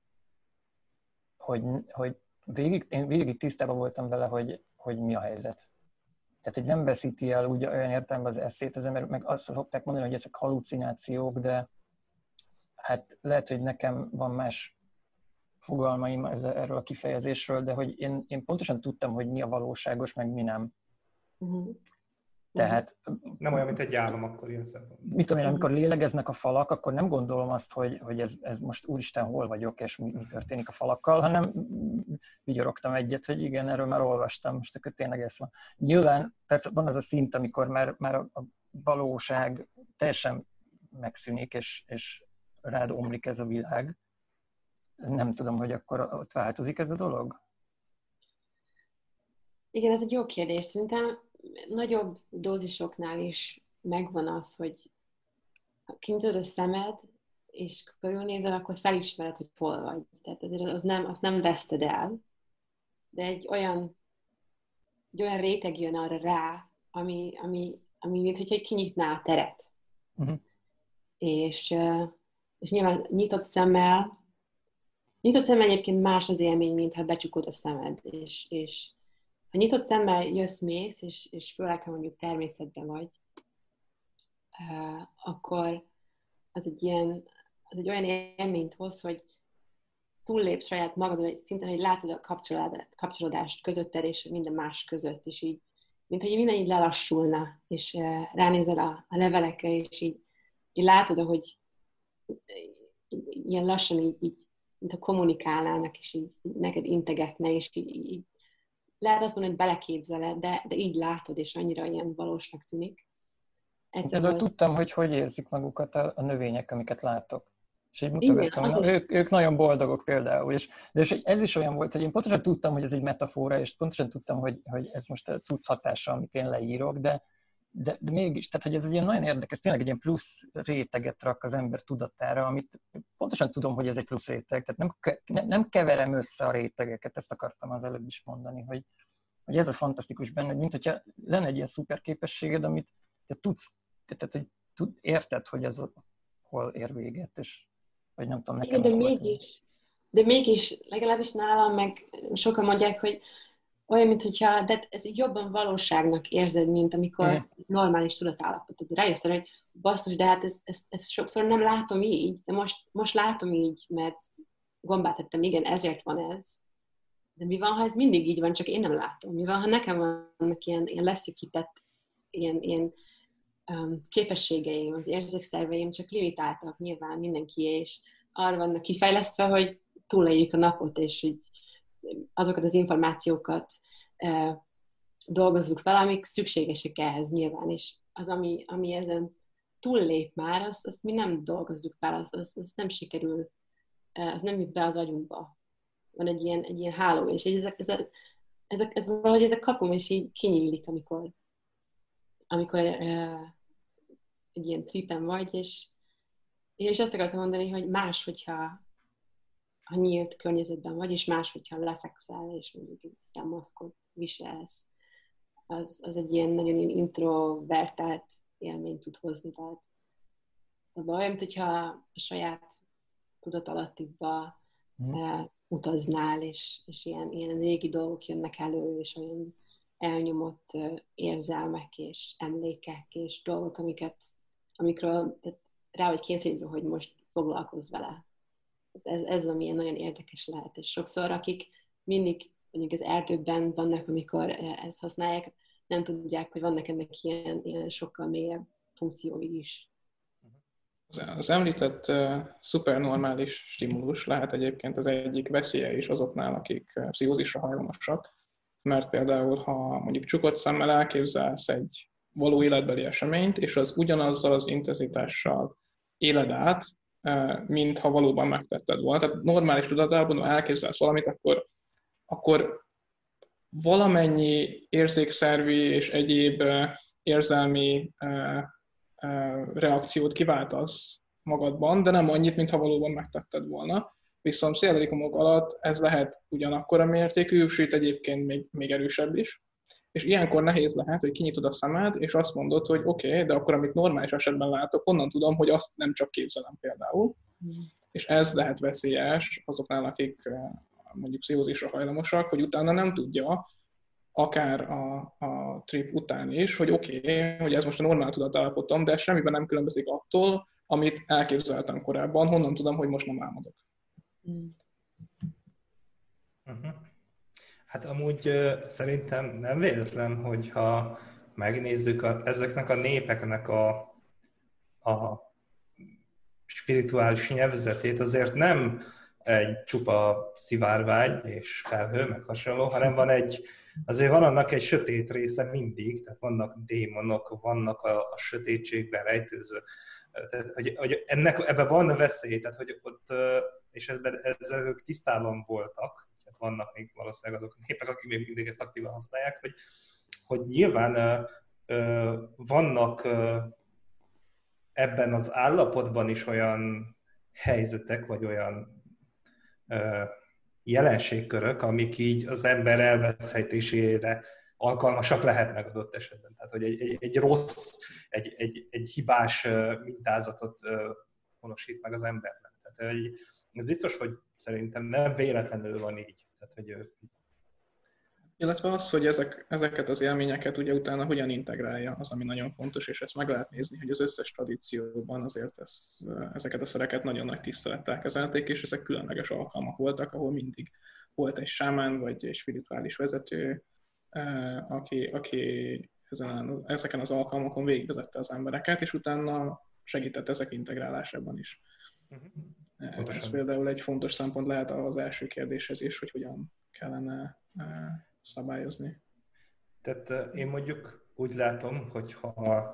én végig tisztában voltam vele, hogy mi a helyzet. Tehát, hogy nem veszíti el úgy olyan értelemben az eszét, mert meg azt szokták mondani, hogy ezek halucinációk, de hát lehet, hogy nekem van más fogalmaim erről a kifejezésről, de hogy én pontosan tudtam, hogy mi a valóságos, meg mi nem. Uh-huh. Tehát... Nem olyan, mint egy álom, akkor ilyen szempontból. Mit tudom én, amikor lélegeznek a falak, akkor nem gondolom azt, hogy ez most úristen, hol vagyok, és mi történik a falakkal, hanem vigyorogtam egyet, hogy igen, erről már olvastam, most akkor tényleg ez van. Nyilván persze van az a szint, amikor már a valóság teljesen megszűnik, és rád omlik ez a világ. Nem tudom, hogy akkor ott változik ez a dolog? Igen, ez egy jó kérdés. Szerintem nagyobb dózisoknál is megvan az, hogy ha kinyitod a szemed, és körülnézel, akkor felismered, hogy hol vagy. Tehát azért azt nem veszted el. De egy olyan réteg jön arra rá, ami mint hogyha kinyitná a teret. Uh-huh. És nyilván nyitott szemmel egyébként más az élmény, mint ha becsukod a szemed. És ha nyitott szemmel jössz-mész, és főleg, ha mondjuk természetben vagy, akkor az egy olyan élményt hoz, hogy túllépsz saját magadon, hogy szinten, hogy látod a kapcsolódást közötted és minden más között, és így, mint hogy minden így lelassulna, és ránézel a levelekre, és így látod, ahogy ilyen lassan így mint ha kommunikálnának, és így neked integetne, és így lehet azt mondani, hogy beleképzeled, de így látod, és annyira ilyen valósnak tűnik. Például tudtam, hogy érzik magukat a növények, amiket látok. És így mutogattam, ők nagyon boldogok például. És ez is olyan volt, hogy én pontosan tudtam, hogy ez egy metafora, és pontosan tudtam, hogy ez most a cucc hatása, amit én leírok, de mégis, tehát hogy ez egy ilyen nagyon érdekes, tényleg egy ilyen plusz réteget rak az ember tudatára, amit pontosan tudom, hogy ez egy plusz réteg, tehát nem keverem össze a rétegeket, ezt akartam az előbb is mondani, hogy ez a fantasztikus benne, mint hogyha lenne egy ilyen szuper képességed, amit te tudsz, tehát hogy érted, hogy ez hol ér véget, és vagy nem tudom, nekem de mégis, legalábbis nálam meg sokan mondják, hogy olyan, mintha, de ez jobban valóságnak érzed, mint amikor normális tudatállapotod. Rájössz arra, hogy basszus, de hát ezt sokszor nem látom így, de most látom így, mert gombát tettem, igen, ezért van ez. De mi van, ha ez mindig így van, csak én nem látom? Mi van, ha nekem vannak ilyen leszűkített, ilyen képességeim, az érzékszerveim csak limitáltak nyilván mindenkié, és arra vannak kifejlesztve, hogy túléljük a napot, és hogy azokat az információkat dolgozzuk fel, amik szükségesek ehhez nyilván, és az, ami ezen túllép már, azt mi nem dolgozzuk fel, az nem sikerül, az nem jut be az agyunkba. Van egy ilyen háló, és ez valahogy ez a kapum, és így kinyílik, amikor egy ilyen tripen vagy, és azt akartam mondani, hogy más, hogyha nyílt környezetben vagy, és más, hogyha lefekszel, és mondjuk egy szemmaszkot viselsz, az egy ilyen nagyon introvertált élményt tud hozni. Tehát olyan, mint hogyha a saját tudatalattikba utaznál, és ilyen régi dolgok jönnek elő, és olyan elnyomott érzelmek, és emlékek, és dolgok, amikről rá vagy kényszerítve, hogy most foglalkozz vele. Ez ami nagyon érdekes lehet, és sokszor, akik mindig mondjuk az erdőben vannak, amikor ezt használják, nem tudják, hogy vannak ennek ilyen sokkal mélyebb funkciói is. Az említett szupernormális stimulus lehet egyébként az egyik veszélye is azoknál, akik pszichózisra hajlamosak, mert például, ha mondjuk csukott szemmel elképzelsz egy való életbeli eseményt, és az ugyanazzal az intenzitással éled át, mintha valóban megtetted volna. Tehát normális tudatában, ha elképzelsz valamit, akkor valamennyi érzékszervi és egyéb érzelmi reakciót kiváltasz magadban, de nem annyit, mintha valóban megtetted volna. Viszont pszichedelikumok alatt ez lehet ugyanakkora mértékű, sőt egyébként még erősebb is. És ilyenkor nehéz lehet, hogy kinyitod a szemed, és azt mondod, hogy oké, de akkor amit normális esetben látok, honnan tudom, hogy azt nem csak képzelem például. És ez lehet veszélyes azoknál, akik mondjuk pszichózisra hajlamosak, hogy utána nem tudja, akár a trip után is, hogy oké, hogy ez most a normál tudatállapotom, de semmiben nem különbözik attól, amit elképzeltem korábban, honnan tudom, hogy most nem álmodok. Hát amúgy szerintem nem véletlen, hogyha megnézzük ezeknek a népeknek a spirituális nyelvezetét, azért nem egy csupa szivárvány és felhő, meg hasonló, hanem azért van annak egy sötét része mindig, tehát vannak démonok, vannak a sötétségben rejtőző. Tehát, hogy ebben van veszély, tehát hogy ott, és ezzel ők tisztában voltak, tehát vannak még valószínűleg azok a népek, akik még mindig ezt aktívan használják, hogy nyilván vannak ebben az állapotban is olyan helyzetek, vagy olyan jelenségkörök, amik így az ember elveszhetésére alkalmasak lehetnek adott esetben. Tehát, hogy egy rossz, egy hibás mintázatot honosít meg az emberben. Tehát ez biztos, hogy szerintem nem véletlenül van így. Tehát, hogy illetve az, hogy ezeket az élményeket ugye utána hogyan integrálja, az, ami nagyon fontos, és ezt meg lehet nézni, hogy az összes tradícióban azért ezeket a szereket nagyon nagy tisztelettel kezelték, és ezek különleges alkalmak voltak, ahol mindig volt egy sámán, vagy egy spirituális vezető, aki ezeken az alkalmakon végigvezette az embereket, és utána segített ezek integrálásában is. Ez például egy fontos szempont lehet az első kérdéshez is, hogy hogyan kellene szabályozni. Tehát én mondjuk úgy látom, hogy ha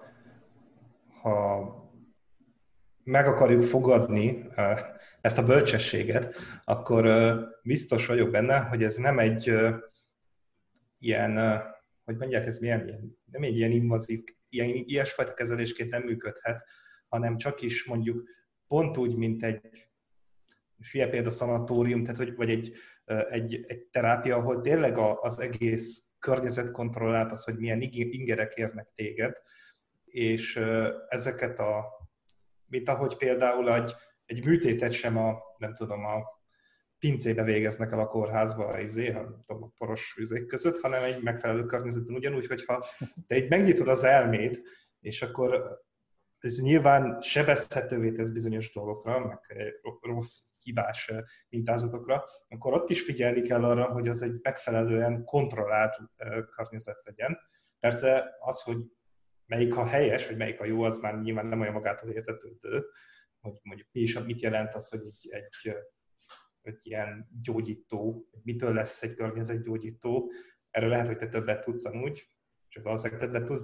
meg akarjuk fogadni ezt a bölcsességet, akkor biztos vagyok benne, hogy ez nem egy ilyen, hogy mondják, ez nem egy ilyen invazív, ilyesfajta kezelésként nem működhet, hanem csak is mondjuk pont úgy, mint egy hülye példa szanatórium, tehát vagy egy terápia, ahol tényleg az egész környezet kontrollált, az, hogy milyen ingerek érnek téged, és ezeket mint ahogy például egy műtétet sem a pincébe végeznek el a kórházba, a poros vizék között, hanem egy megfelelő környezetben ugyanúgy, hogyha te így megnyitod az elméd, és akkor ez nyilván sebezhetővé tesz bizonyos dolgokra, meg rossz, hibás mintázatokra, akkor ott is figyelni kell arra, hogy az egy megfelelően kontrollált környezet legyen. Persze az, hogy melyik a helyes, vagy melyik a jó, az már nyilván nem olyan magától értetődő, hogy mondjuk mit jelent az, hogy egy ilyen gyógyító, mitől lesz egy környezetgyógyító. Erről lehet, hogy te többet tudsz amúgy, csak valószínűleg többet tudsz,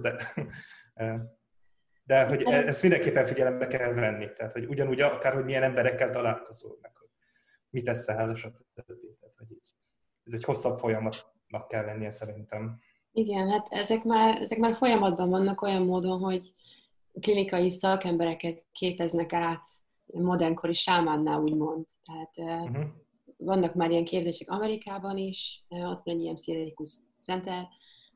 de hogy ezt mindenképpen figyelembe kell venni. Tehát, hogy ugyanúgy akár, hogy milyen emberekkel találkozol meg, hogy mit eszel, és a többi. Tehát, hogy ez egy hosszabb folyamatnak kell lennie szerintem. Igen, hát ezek már folyamatban vannak olyan módon, hogy klinikai szakembereket képeznek át modernkori sámánnál, úgymond. Tehát vannak már ilyen képzések Amerikában is, ott van egy ilyen Pszichedelikus Center,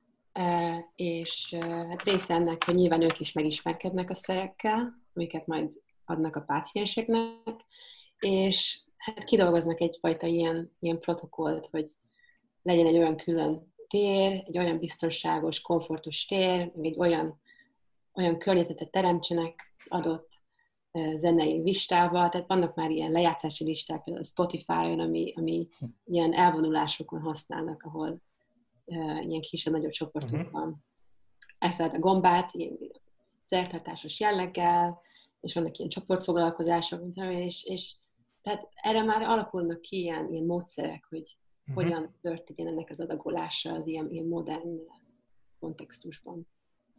és hát része ennek, hogy nyilván ők is megismerkednek a szerekkel, amiket majd adnak a pácienseknek, és hát kidolgoznak egyfajta ilyen protokollt, hogy legyen egy olyan külön tér, egy olyan biztonságos, komfortos tér, meg egy olyan környezetet teremtsenek adott zenei listával, tehát vannak már ilyen lejátszási listák, például Spotify-on, ami ilyen elvonulásokon használnak, ahol ilyen kisebb, nagyobb csoportokban eszed a gombát, ilyen szertartásos jelleggel, és vannak ilyen csoportfoglalkozások, és tehát erre már alakulnak ki ilyen módszerek, hogy hogyan történjen ennek az adagolása az ilyen modern kontextusban.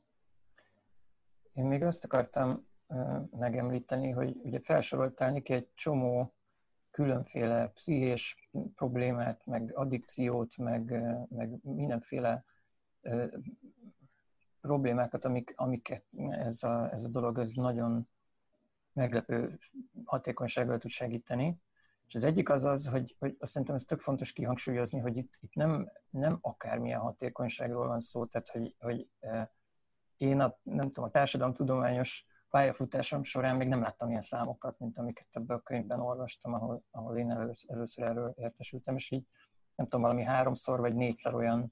Én még azt akartam megemlíteni, hogy ugye felsoroltál neki egy csomó különféle pszichés problémát, meg addikciót, meg mindenféle problémákat, amiket ez a dolog ez nagyon meglepő hatékonysággal tud segíteni. És az egyik az, hogy azt szerintem ez tök fontos kihangsúlyozni, hogy itt nem akármilyen hatékonyságról van szó, tehát hogy én a társadalomtudományos pályafutásom során még nem láttam ilyen számokat, mint amiket ebben a könyvben olvastam, ahol én először erről értesültem, és így nem tudom, valami 3-szor vagy 4-szer olyan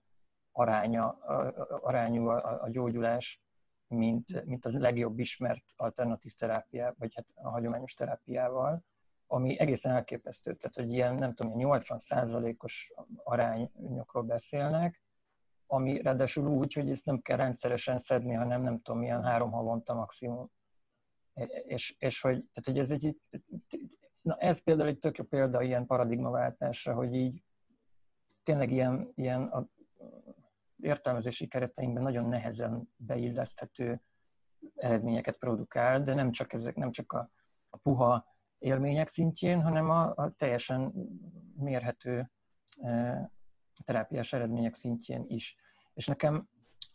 arányú a gyógyulás, mint az legjobb ismert alternatív terápiá, vagy hát a hagyományos terápiával, ami egészen elképesztő. Tehát, hogy ilyen, nem tudom, 80%-os arányokról beszélnek, ami ráadásul úgy, hogy ezt nem kell rendszeresen szedni, hanem nem tudom, milyen 3 havonta maximum. És hogy ez na ez például egy tök jó példa ilyen paradigmaváltásra, hogy így tényleg ilyen a értelmezési kereteinkben nagyon nehezen beilleszthető eredményeket produkál, de nem csak a puha élmények szintjén, hanem a teljesen mérhető terápiás eredmények szintjén is. És nekem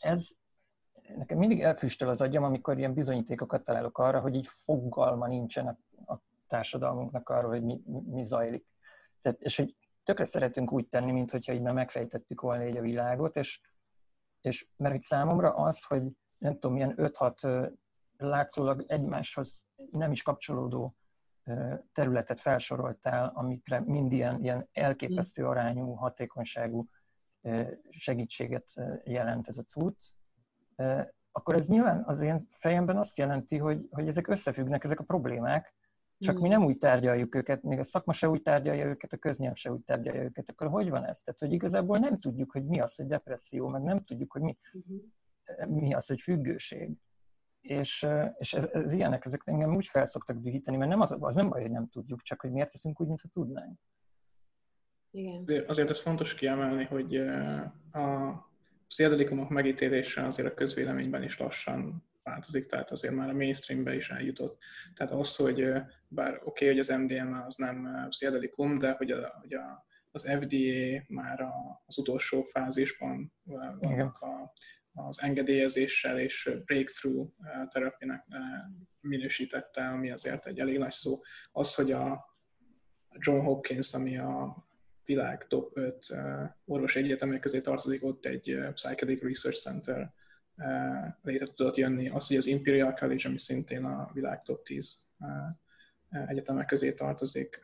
mindig elfüstöl az agyam, amikor ilyen bizonyítékokat találok arra, hogy így fogalma nincsen a társadalmunknak arról, hogy mi zajlik. És hogy tökre szeretünk úgy tenni, mintha így már megfejtettük volna így a világot, és mert hogy számomra az, hogy nem tudom, milyen 5-6 látszólag egymáshoz nem is kapcsolódó területet felsoroltál, amikre mind ilyen elképesztő arányú, hatékonyságú segítséget jelent ez a cucc, akkor ez nyilván az én fejemben azt jelenti, hogy ezek összefüggnek, ezek a problémák, csak mi nem úgy tárgyaljuk őket, még a szakma se úgy tárgyalja őket, a köznyelv se úgy tárgyalja őket, akkor hogy van ez? Tehát, hogy igazából nem tudjuk, hogy mi az, hogy depresszió, meg nem tudjuk, hogy mi az, hogy függőség. És ez ilyenek, ezek engem úgy felszoktak dühíteni, mert nem az nem baj, hogy nem tudjuk, csak hogy miért teszünk úgy, mintha tudnánk. Igen. Azért ez fontos kiemelni, hogy a pszichedelikumok megítélése azért a közvéleményben is lassan változik, tehát azért már a mainstreambe is eljutott. Tehát az, hogy bár oké, hogy az MDMA az nem pszichedelikum, de hogy az FDA már az utolsó fázisban vannak az engedélyezéssel és breakthrough terápiának minősítette, ami azért egy elég nagy szó. Az, hogy a John Hopkins, ami a világ top 5 orvosi egyetemek közé tartozik, ott egy Psychedelic Research Center létre tudott jönni. Az, hogy az Imperial College, ami szintén a világ top 10 egyetemek közé tartozik,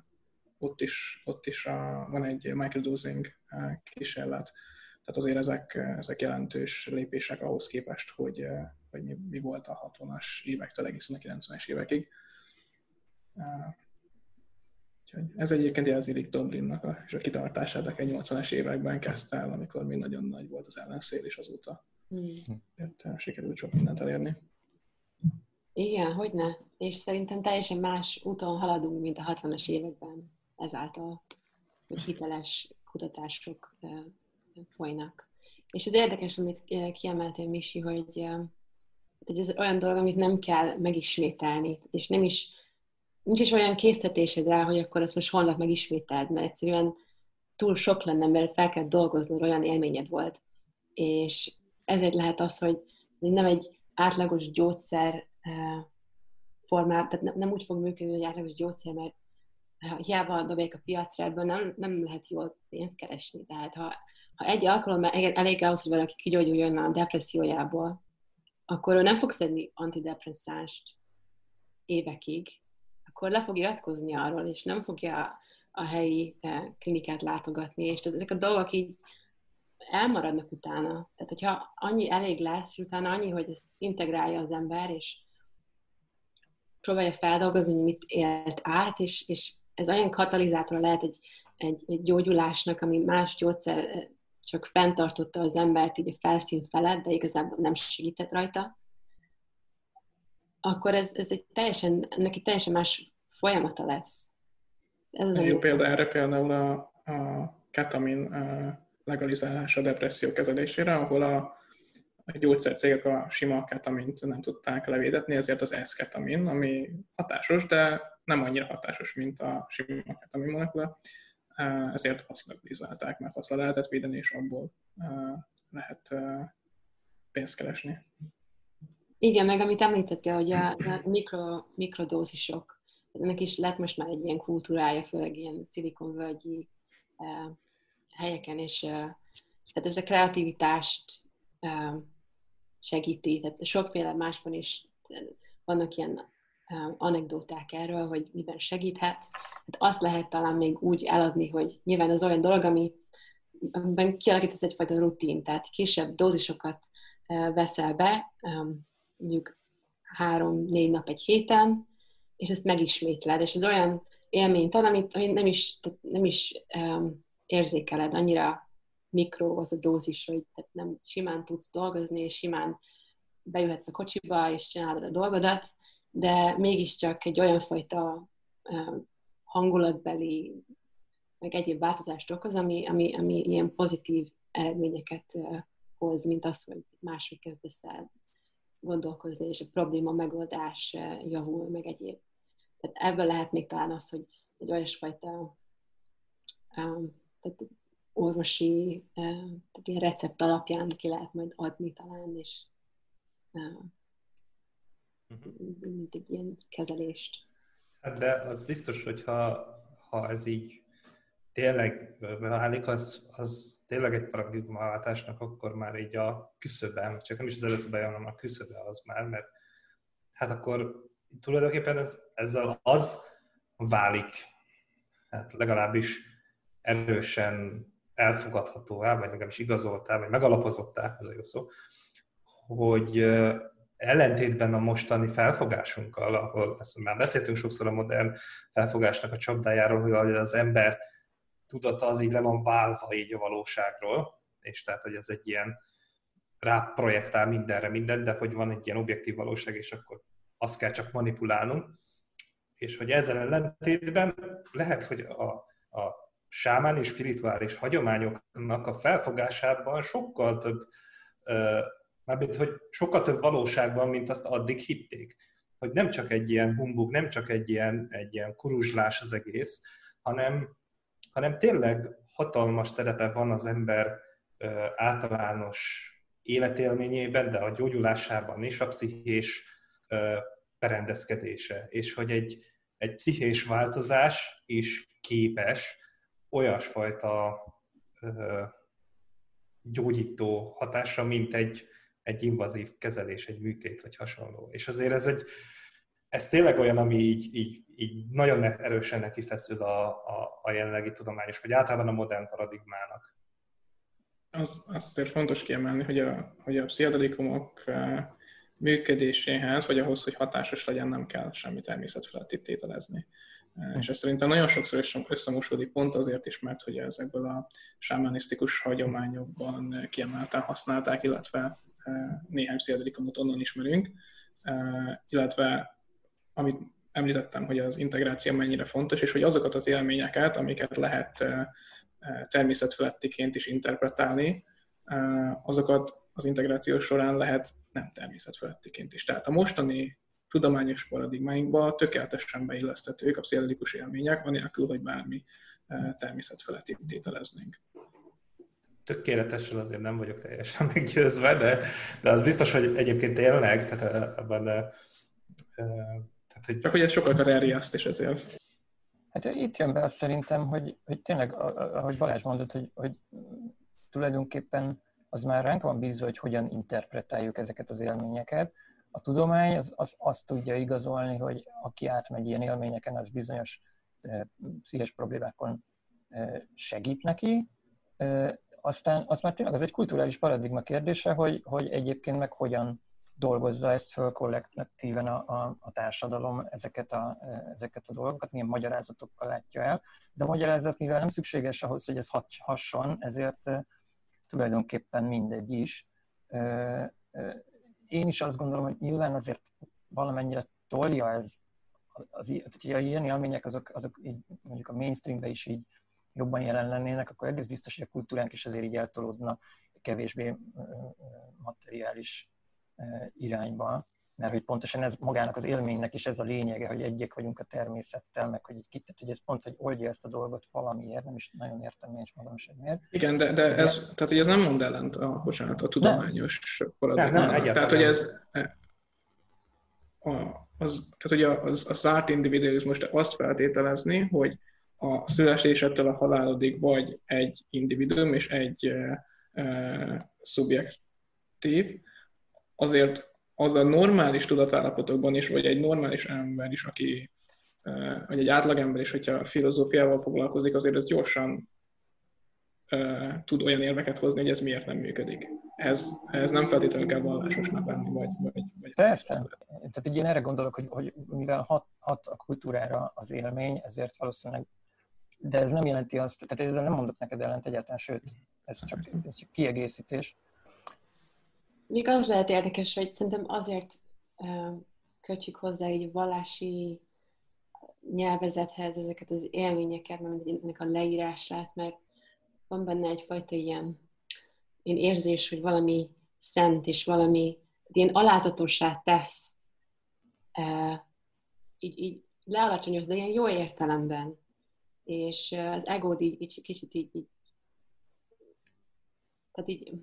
ott is van egy microdosing kísérlet. Tehát azért ezek jelentős lépések ahhoz képest, hogy mi volt a 60-as évektől egészen a 90-es évekig. Ez egyébként jelzi Rick Dobrinnak és a kitartását, a 80-as években kezdte el, amikor még nagyon nagy volt az ellenszél, és azóta sikerült sok mindent elérni. Igen, hogyne. És szerintem teljesen más úton haladunk, mint a 60-as években ezáltal, hogy hiteles kutatások folynak. És ez érdekes, amit kiemeltél, Misi, hogy ez olyan dolog, amit nem kell megismételni, és nincs is olyan késztetésed rá, hogy akkor azt most holnap megismételd, mert egyszerűen túl sok lenne, mert fel kell dolgoznod, olyan élményed volt. És ezért lehet az, hogy nem egy átlagos gyógyszer formál, tehát nem úgy fog működni, hogy átlagos gyógyszer, mert hiába dobják a piacra, ebből nem lehet jól pénzt keresni. Tehát ha egy alkalommal elég ahhoz, hogy valaki kigyógyuljon a depressziójából, akkor ő nem fog szedni antidepresszánst évekig, akkor le fog iratkozni arról, és nem fogja a helyi klinikát látogatni, és ezek a dolgok így elmaradnak utána. Tehát, hogyha annyi elég lesz, és utána annyi, hogy ezt integrálja az ember, és próbálja feldolgozni, hogy mit élt át, és ez olyan katalizátor lehet egy gyógyulásnak, ami más gyógyszer csak fenntartotta az embert így a felszín felett, de igazából nem segített rajta, akkor ez neki teljesen más folyamata lesz. Ez jó példa erre például a ketamin legalizálása a depresszió kezelésére, ahol a gyógyszercégek a sima ketamint nem tudták levédetni, ezért az S-ketamin, ami hatásos, de nem annyira hatásos, mint a sima ketamin molekula, ezért azt legalizálták, mert azt le lehetett védeni, és abból lehet pénzt keresni. Igen, meg amit említettél, hogy a mikrodózisok, ennek is lett most már egy ilyen kultúrája, főleg ilyen szilikonvölgyi helyeken, és tehát ez a kreativitást segíti, tehát sokféle másban is vannak ilyen anekdóták erről, hogy miben segíthet. Hát azt lehet talán még úgy eladni, hogy nyilván az olyan dolog, amiben kialakítasz egyfajta rutin, tehát kisebb dózisokat veszel be, mondjuk 3-4 nap egy héten, és ezt megismétled, és ez olyan élményt ad, amit nem is érzékeled, annyira mikro az a dózis, hogy tehát nem simán tudsz dolgozni, és simán beülhetsz a kocsiba, és csinálod a dolgodat, de mégiscsak egy olyan fajta hangulatbeli, meg egyéb változást okoz, ami ilyen pozitív eredményeket hoz, mint az, hogy máshogy kezdesz el gondolkozni, és a probléma megoldás javul, meg egyéb. Tehát ebből lehet még talán az, hogy egy olyasfajta tehát orvosi tehát ilyen recept alapján ki lehet majd adni talán, és mint egy ilyen kezelést. Hát de az biztos, hogy ha ez így tényleg beválik, az tényleg egy paradigmaváltásnak akkor már így a küszöbe, csak nem is az előző bejön, hanem a küszöbe az már, mert hát akkor tulajdonképpen ezzel az válik, hát legalábbis erősen elfogadhatóvá, vagy legalábbis igazoltá, vagy megalapozottá, ez a jó szó, hogy ellentétben a mostani felfogásunkkal, ahol ezt már beszéltünk sokszor a modern felfogásnak a csapdájáról, hogy az ember tudata az így le van válva így a valóságról, és tehát, hogy ez egy ilyen ráprojektál mindenre mindent, de hogy van egy ilyen objektív valóság, és akkor azt kell csak manipulálnunk. És hogy ezzel ellentétben lehet, hogy a sámáni spirituális hagyományoknak a felfogásában sokkal több, mármint, hogy sokkal több valóság van, mint azt addig hitték. Hogy nem csak egy ilyen humbug, nem csak egy ilyen kuruzslás az egész, hanem tényleg hatalmas szerepe van az ember általános életélményében, de a gyógyulásában is, a pszichés berendezkedése. És hogy egy pszichés változás is képes olyasfajta gyógyító hatásra, mint egy invazív kezelés, egy műtét vagy hasonló. És azért ez tényleg olyan, ami így nagyon erősen neki feszül a jelenlegi tudományos, vagy általában a modern paradigmának. Azt azért fontos kiemelni, hogy a pszichedelikumok működéséhez, vagy ahhoz, hogy hatásos legyen, nem kell semmi természetfelett tételezni. És ez szerintem nagyon sokszor összemosódik pont azért is, mert hogy ezekből a sámánisztikus hagyományokban kiemelten használták, illetve néhány pszichedelikumot onnan ismerünk, illetve amit említettem, hogy az integráció mennyire fontos, és hogy azokat az élményeket, amiket lehet természetfelettiként is interpretálni, azokat az integráció során lehet nem természetfelettiként is. Tehát a mostani tudományos paradigmáinkba tökéletesen beilleszthetők a pszichedelikus élmények, anélkül, hogy bármi természetfeletti tételeznénk. Tökéletesen azért nem vagyok teljesen meggyőzve, de az biztos, hogy egyébként tényleg, tehát abban... Csak hogy ez sokakat elriaszt, és ezért. Hát itt jön be azt szerintem, hogy tényleg, ahogy Balázs mondott, hogy tulajdonképpen az már ránk van bízva, hogy hogyan interpretáljuk ezeket az élményeket. A tudomány azt tudja igazolni, hogy aki átmegy ilyen élményeken, az bizonyos pszichés problémákon segít neki. Aztán az már tényleg az egy kulturális paradigma kérdése, hogy egyébként meg hogyan dolgozza ezt föl kollektíven a társadalom ezeket a dolgokat, milyen magyarázatokkal látja el. De a magyarázat, mivel nem szükséges ahhoz, hogy ez hasson, ezért tulajdonképpen mindegy is. Én is azt gondolom, hogy nyilván azért valamennyire tolja ez, hogyha ilyen élmények azok így, mondjuk a mainstreamben is így jobban jelen lennének, akkor egész biztos, hogy a kultúránk is azért így eltolódna kevésbé materiális irányba, mert hogy pontosan ez magának az élménynek is ez a lényege, hogy egyek vagyunk a természettel, meg hogy hogy ez pont, hogy oldja ezt a dolgot valamiért, nem is nagyon értem én is magam sem miért. Igen, de tehát, hogy ez nem mond ellent a tudományos paradigmának. Tehát, hogy ez a zárt individualizmus azt feltételezni, hogy a születésettől a halálodig vagy egy individuum és egy szubjektív, azért az a normális tudatállapotokban is, vagy egy normális ember is, vagy egy átlagember is, hogyha filozófiával foglalkozik, azért ez gyorsan tud olyan érveket hozni, hogy ez miért nem működik. Ez nem feltétlenül kell vallásosnak lenni, vagy persze. Tehát így én erre gondolok, hogy mivel hat a kultúrára az élmény, ezért valószínűleg, de ez nem jelenti azt, tehát ezzel nem mondok neked ellent egyáltalán, sőt, ez csak kiegészítés. Még az lehet érdekes, hogy szerintem azért kötjük hozzá így vallási nyelvezethez ezeket az élményeket, mert ennek a leírását, mert van benne egyfajta ilyen érzés, hogy valami szent, és valami ilyen alázatossá tesz, így lealacsonyoz, de ilyen jó értelemben. És az egód így kicsit így tehát így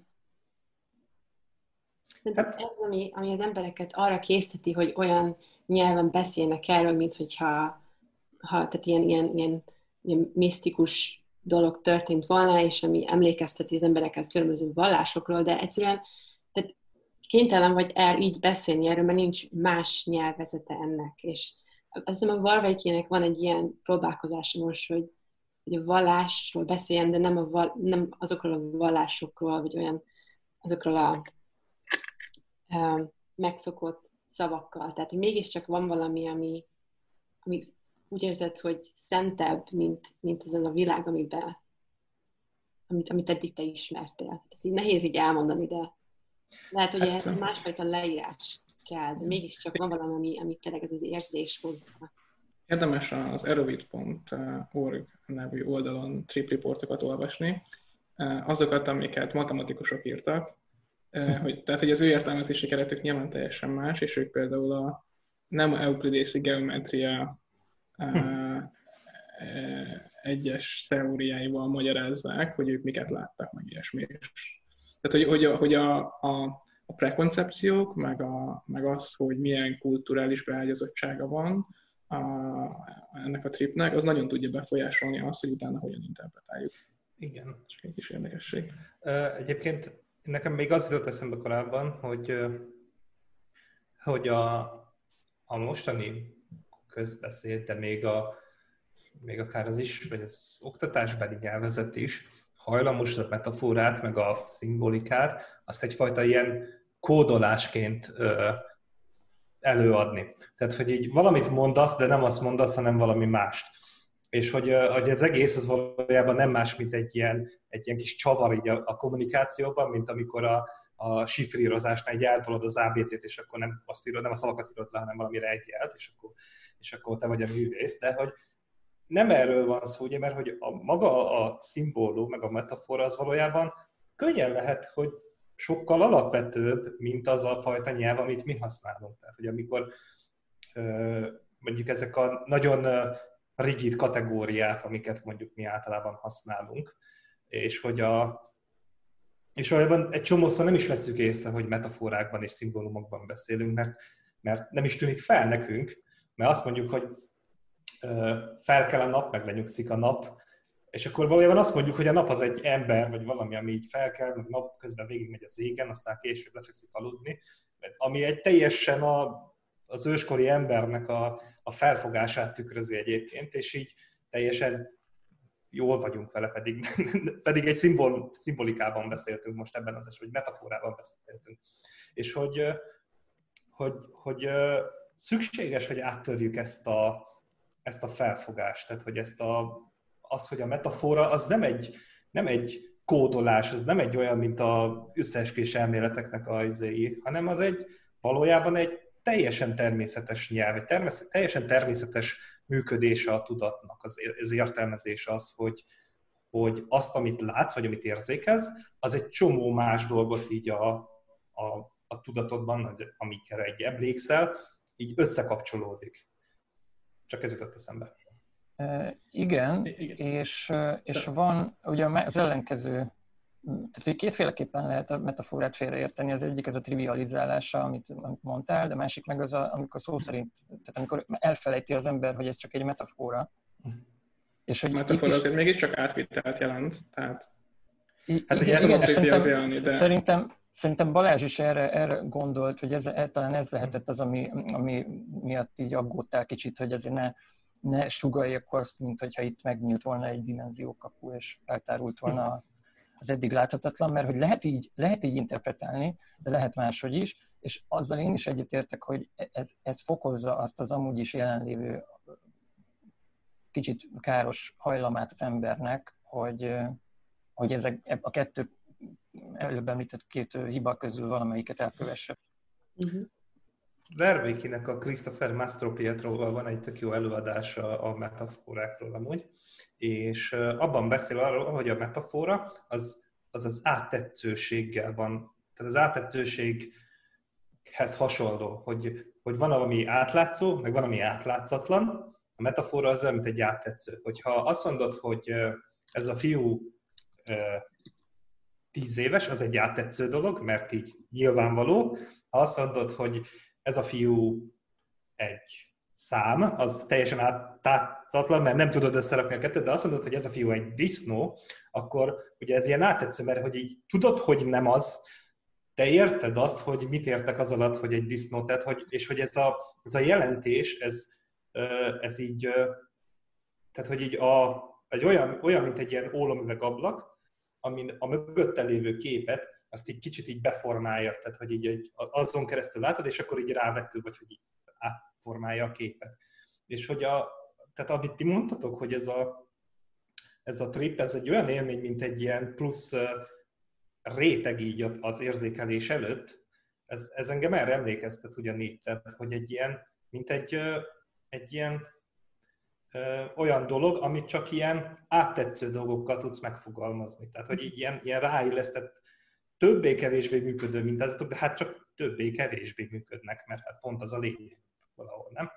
hát, ez, ami az embereket arra készteti, hogy olyan nyelven beszélnek erről, mint hogyha tehát ilyen misztikus dolog történt volna, és ami emlékezteti az embereket különböző vallásokról, de egyszerűen tehát kénytelen vagy így beszélni erről, mert nincs más nyelvezete ennek. És azt hiszem a Varvaikének van egy ilyen próbálkozása most, hogy a vallásról beszéljen, de nem azokról a vallásokról, vagy olyan azokról a megszokott szavakkal. Tehát, hogy mégiscsak van valami, ami úgy érzed, hogy szentebb, mint ez a világ, amit eddig te ismertél. Ez így nehéz így elmondani, de lehet, hogy hát, másfajta leírás kell, de mégiscsak van valami, amit tényleg ez az érzés hozzá. Érdemes az erowid.org nevű oldalon trip reportokat olvasni, azokat, amiket matematikusok írtak, tehát, hogy az ő értelmezési keretük nyilván teljesen más, és ők például a nem euklidészi geometria egyes teóriáival magyarázzák, hogy ők miket láttak, meg ilyesmi. Tehát, hogy a prekoncepciók, meg az, hogy milyen kulturális beágyazottsága van ennek a tripnek, az nagyon tudja befolyásolni azt, hogy utána hogyan interpretáljuk. Igen. Csak egy kis érdekesség. Egyébként nekem még az jutott eszembe korábban, hogy a mostani közbeszéd, de még akár vagy az oktatásbeli nyelvezet is hajlamos a metaforát, meg a szimbolikát, azt egyfajta ilyen kódolásként előadni. Tehát, hogy így valamit mondasz, de nem azt mondasz, hanem valami mást. És hogy az egész az valójában nem más, mint egy ilyen kis csavar így a kommunikációban, mint amikor a sifrírozásnál így eltolod az ABC-t, és akkor nem azt írod, nem a szavakat írod le, hanem valamire egy jelt, és akkor te vagy a művész. De hogy nem erről van szó, ugye, mert hogy maga a szimbólum, meg a metafora az valójában könnyen lehet, hogy sokkal alapvetőbb, mint az a fajta nyelv, amit mi használunk. Tehát, hogy amikor mondjuk ezek a nagyon rigid kategóriák, amiket mondjuk mi általában használunk, és valójában egy csomószor nem is veszük észre, hogy metaforákban és szimbólumokban beszélünk, mert nem is tűnik fel nekünk, mert azt mondjuk, hogy fel kell a nap, meg lenyugszik a nap, és akkor valójában azt mondjuk, hogy a nap az egy ember, vagy valami, ami így fel kell, meg nap közben végigmegy az égen, aztán később lefekszik aludni, ami egy teljesen az őskori embernek a felfogását tükrözi egyébként, és így teljesen jól vagyunk vele, pedig egy szimbolikában beszéltünk most ebben az esetben, vagy metaforában beszéltünk. És hogy szükséges, hogy áttörjük ezt a felfogást, tehát hogy hogy a metafora az nem egy kódolás, az nem egy olyan, mint az összeesküvés elméleteknek hanem az valójában egy teljesen természetes nyelv, egy teljesen természetes működése a tudatnak, az értelmezése az, hogy azt, amit látsz, vagy amit érzékelsz, az egy csomó más dolgot így a tudatodban, amikre egy emlékszel, így összekapcsolódik. Csak ez jutott eszembe. Igen, és van ugye az ellenkező, tehát kétféleképpen lehet a metaforát félreérteni. Az egyik ez a trivializálása, amit mondtál, de másik meg az, amikor szó szerint, tehát amikor elfelejti az ember, hogy ez csak egy metafora. És hogy a metafora azért mégiscsak átvitelt jelent, tehát... Hát ugye szerintem Balázs is erre gondolt, hogy talán ez lehetett az, ami miatt így aggódtál kicsit, hogy ezért ne sugallják azt, mint hogyha itt megnyílt volna egy dimenziókapu, és eltárult volna az eddig láthatatlan, mert hogy lehet így interpretálni, de lehet máshogy is, és azzal én is egyetértek, hogy ez fokozza azt az amúgy is jelenlévő kicsit káros hajlamát az embernek, hogy ezek a előbb említett két hiba közül valamelyiket elkövesse. Uh-huh. Vervékinek a Christopher Mastropietroval van egy tök jó előadása a metaforákról amúgy, és abban beszél arról, hogy a metafora az áttetszőséggel van. Tehát az áttetszőséghez hasonló, hogy van valami átlátszó, meg van ami átlátszatlan. A metafora az olyan, mint egy áttetsző. Hogyha azt mondod, hogy ez a fiú 10 éves, az egy áttetsző dolog, mert így nyilvánvaló. Ha azt mondod, hogy ez a fiú egy szám, az teljesen átlátszatlan, mert nem tudod összerakni a kettőt, de azt mondod, hogy ez a fiú egy disznó, akkor ugye ez ilyen áttetsző, mert hogy így tudod, hogy nem az, de érted azt, hogy mit értek az alatt, hogy egy disznó, tehát, és hogy ez a jelentés, ez így, tehát hogy így egy olyan, mint egy ilyen ólomüveg ablak, amin a mögötte lévő képet, azt így kicsit így beformálja, tehát hogy így azon keresztül látod, és akkor így rávetül, vagy hogy így átformálja a képet. És hogy tehát amit ti mondtatok, hogy ez a trip, ez egy olyan élmény, mint egy ilyen plusz réteg így az érzékelés előtt, ez engem erre emlékeztet ugyanígy, tehát hogy egy ilyen, mint egy ilyen olyan dolog, amit csak ilyen áttetsző dolgokkal tudsz megfogalmazni. Tehát, hogy így ilyen ráillesztett, többé-kevésbé működő mintázatok, de hát csak többé-kevésbé működnek, mert hát pont az a lényeg valahol, nem?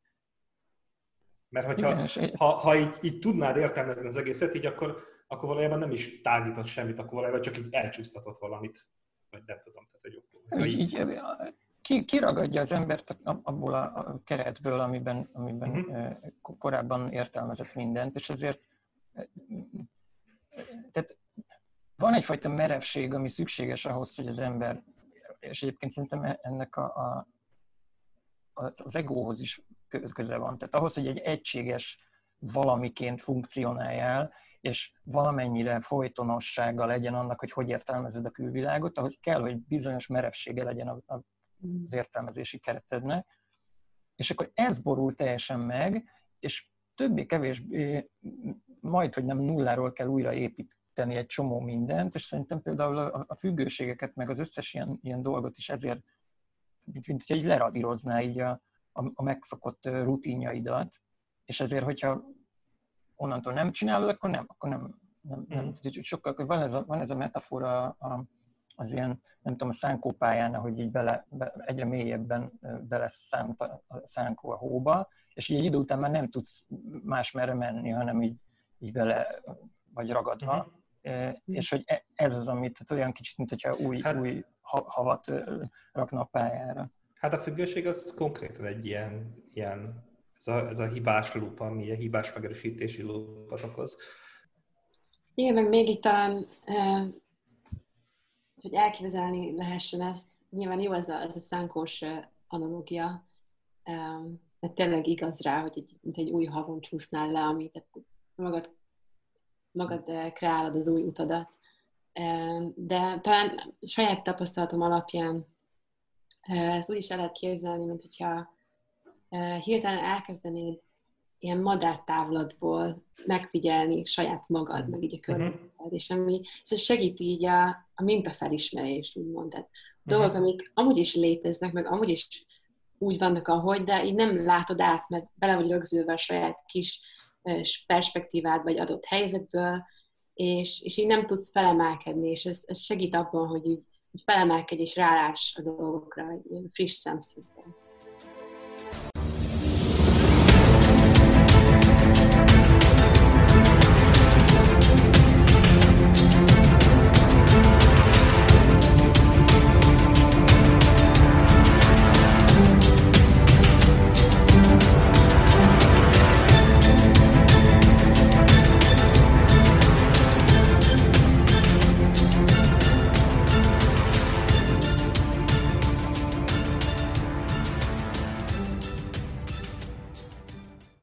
Mert hogyha ha így tudnád értelmezni az egészet, így akkor valójában nem is tágított semmit, akkor valójában csak így elcsúsztatott valamit. Vagy nem tudom, tehát hogy kiragadja az embert abból a keretből, amiben korábban értelmezett mindent, és ezért tehát van egyfajta merevség, ami szükséges ahhoz, hogy az ember, és egyébként szerintem ennek az egóhoz is köze van. Tehát ahhoz, hogy egy egységes valamiként funkcionáljál, és valamennyire folytonossága legyen annak, hogy értelmezed a külvilágot, ahhoz kell, hogy bizonyos merevsége legyen az értelmezési keretednek, és akkor ez borul teljesen meg, és többé-kevésbé majdhogy nem nulláról kell újra építeni egy csomó mindent, és szerintem például a függőségeket, meg az összes ilyen dolgot is ezért, mint hogyha így leradírozná így a megszokott rutinjaidat, és ezért, hogyha onnantól nem csinálod, akkor nem. Sokkal, van ez a metafora az ilyen, nem tudom, a szánkópályán, hogy így egyre mélyebben beleszánt a szánkó a hóba, és így egy idő után már nem tudsz másmerre menni, hanem így bele vagy ragadva. És hogy ez az, amit olyan kicsit, mint hogyha új havat rakna a pályára. Hát a függőség az konkrétan egy ilyen ez a hibás loop, ami a hibás megerősítési loopot okoz. Igen, meg még itt talán, hogy elképzelni lehessen ezt, nyilván jó ez a szánkós analógia, mert tényleg igaz rá, hogy mint egy új havon csúsznál le, amit magad kreálod az új utadat. De talán saját tapasztalatom alapján ezt úgy is el lehet képzelni, mint hogyha hirtelen elkezdenéd ilyen madártávlatból megfigyelni saját magad, meg így a környezeted, és ami segíti így a mintafelismerést, úgymond. Tehát dolgok, amik amúgy is léteznek, meg amúgy is úgy vannak, ahogy, de így nem látod át, mert bele vagy rögzülve a saját kis perspektívádba, vagy adott helyzetből, és így nem tudsz felemelkedni, és ez segít abban, hogy így felemelkedj és ráláss a dolgokra egy friss szemszögből.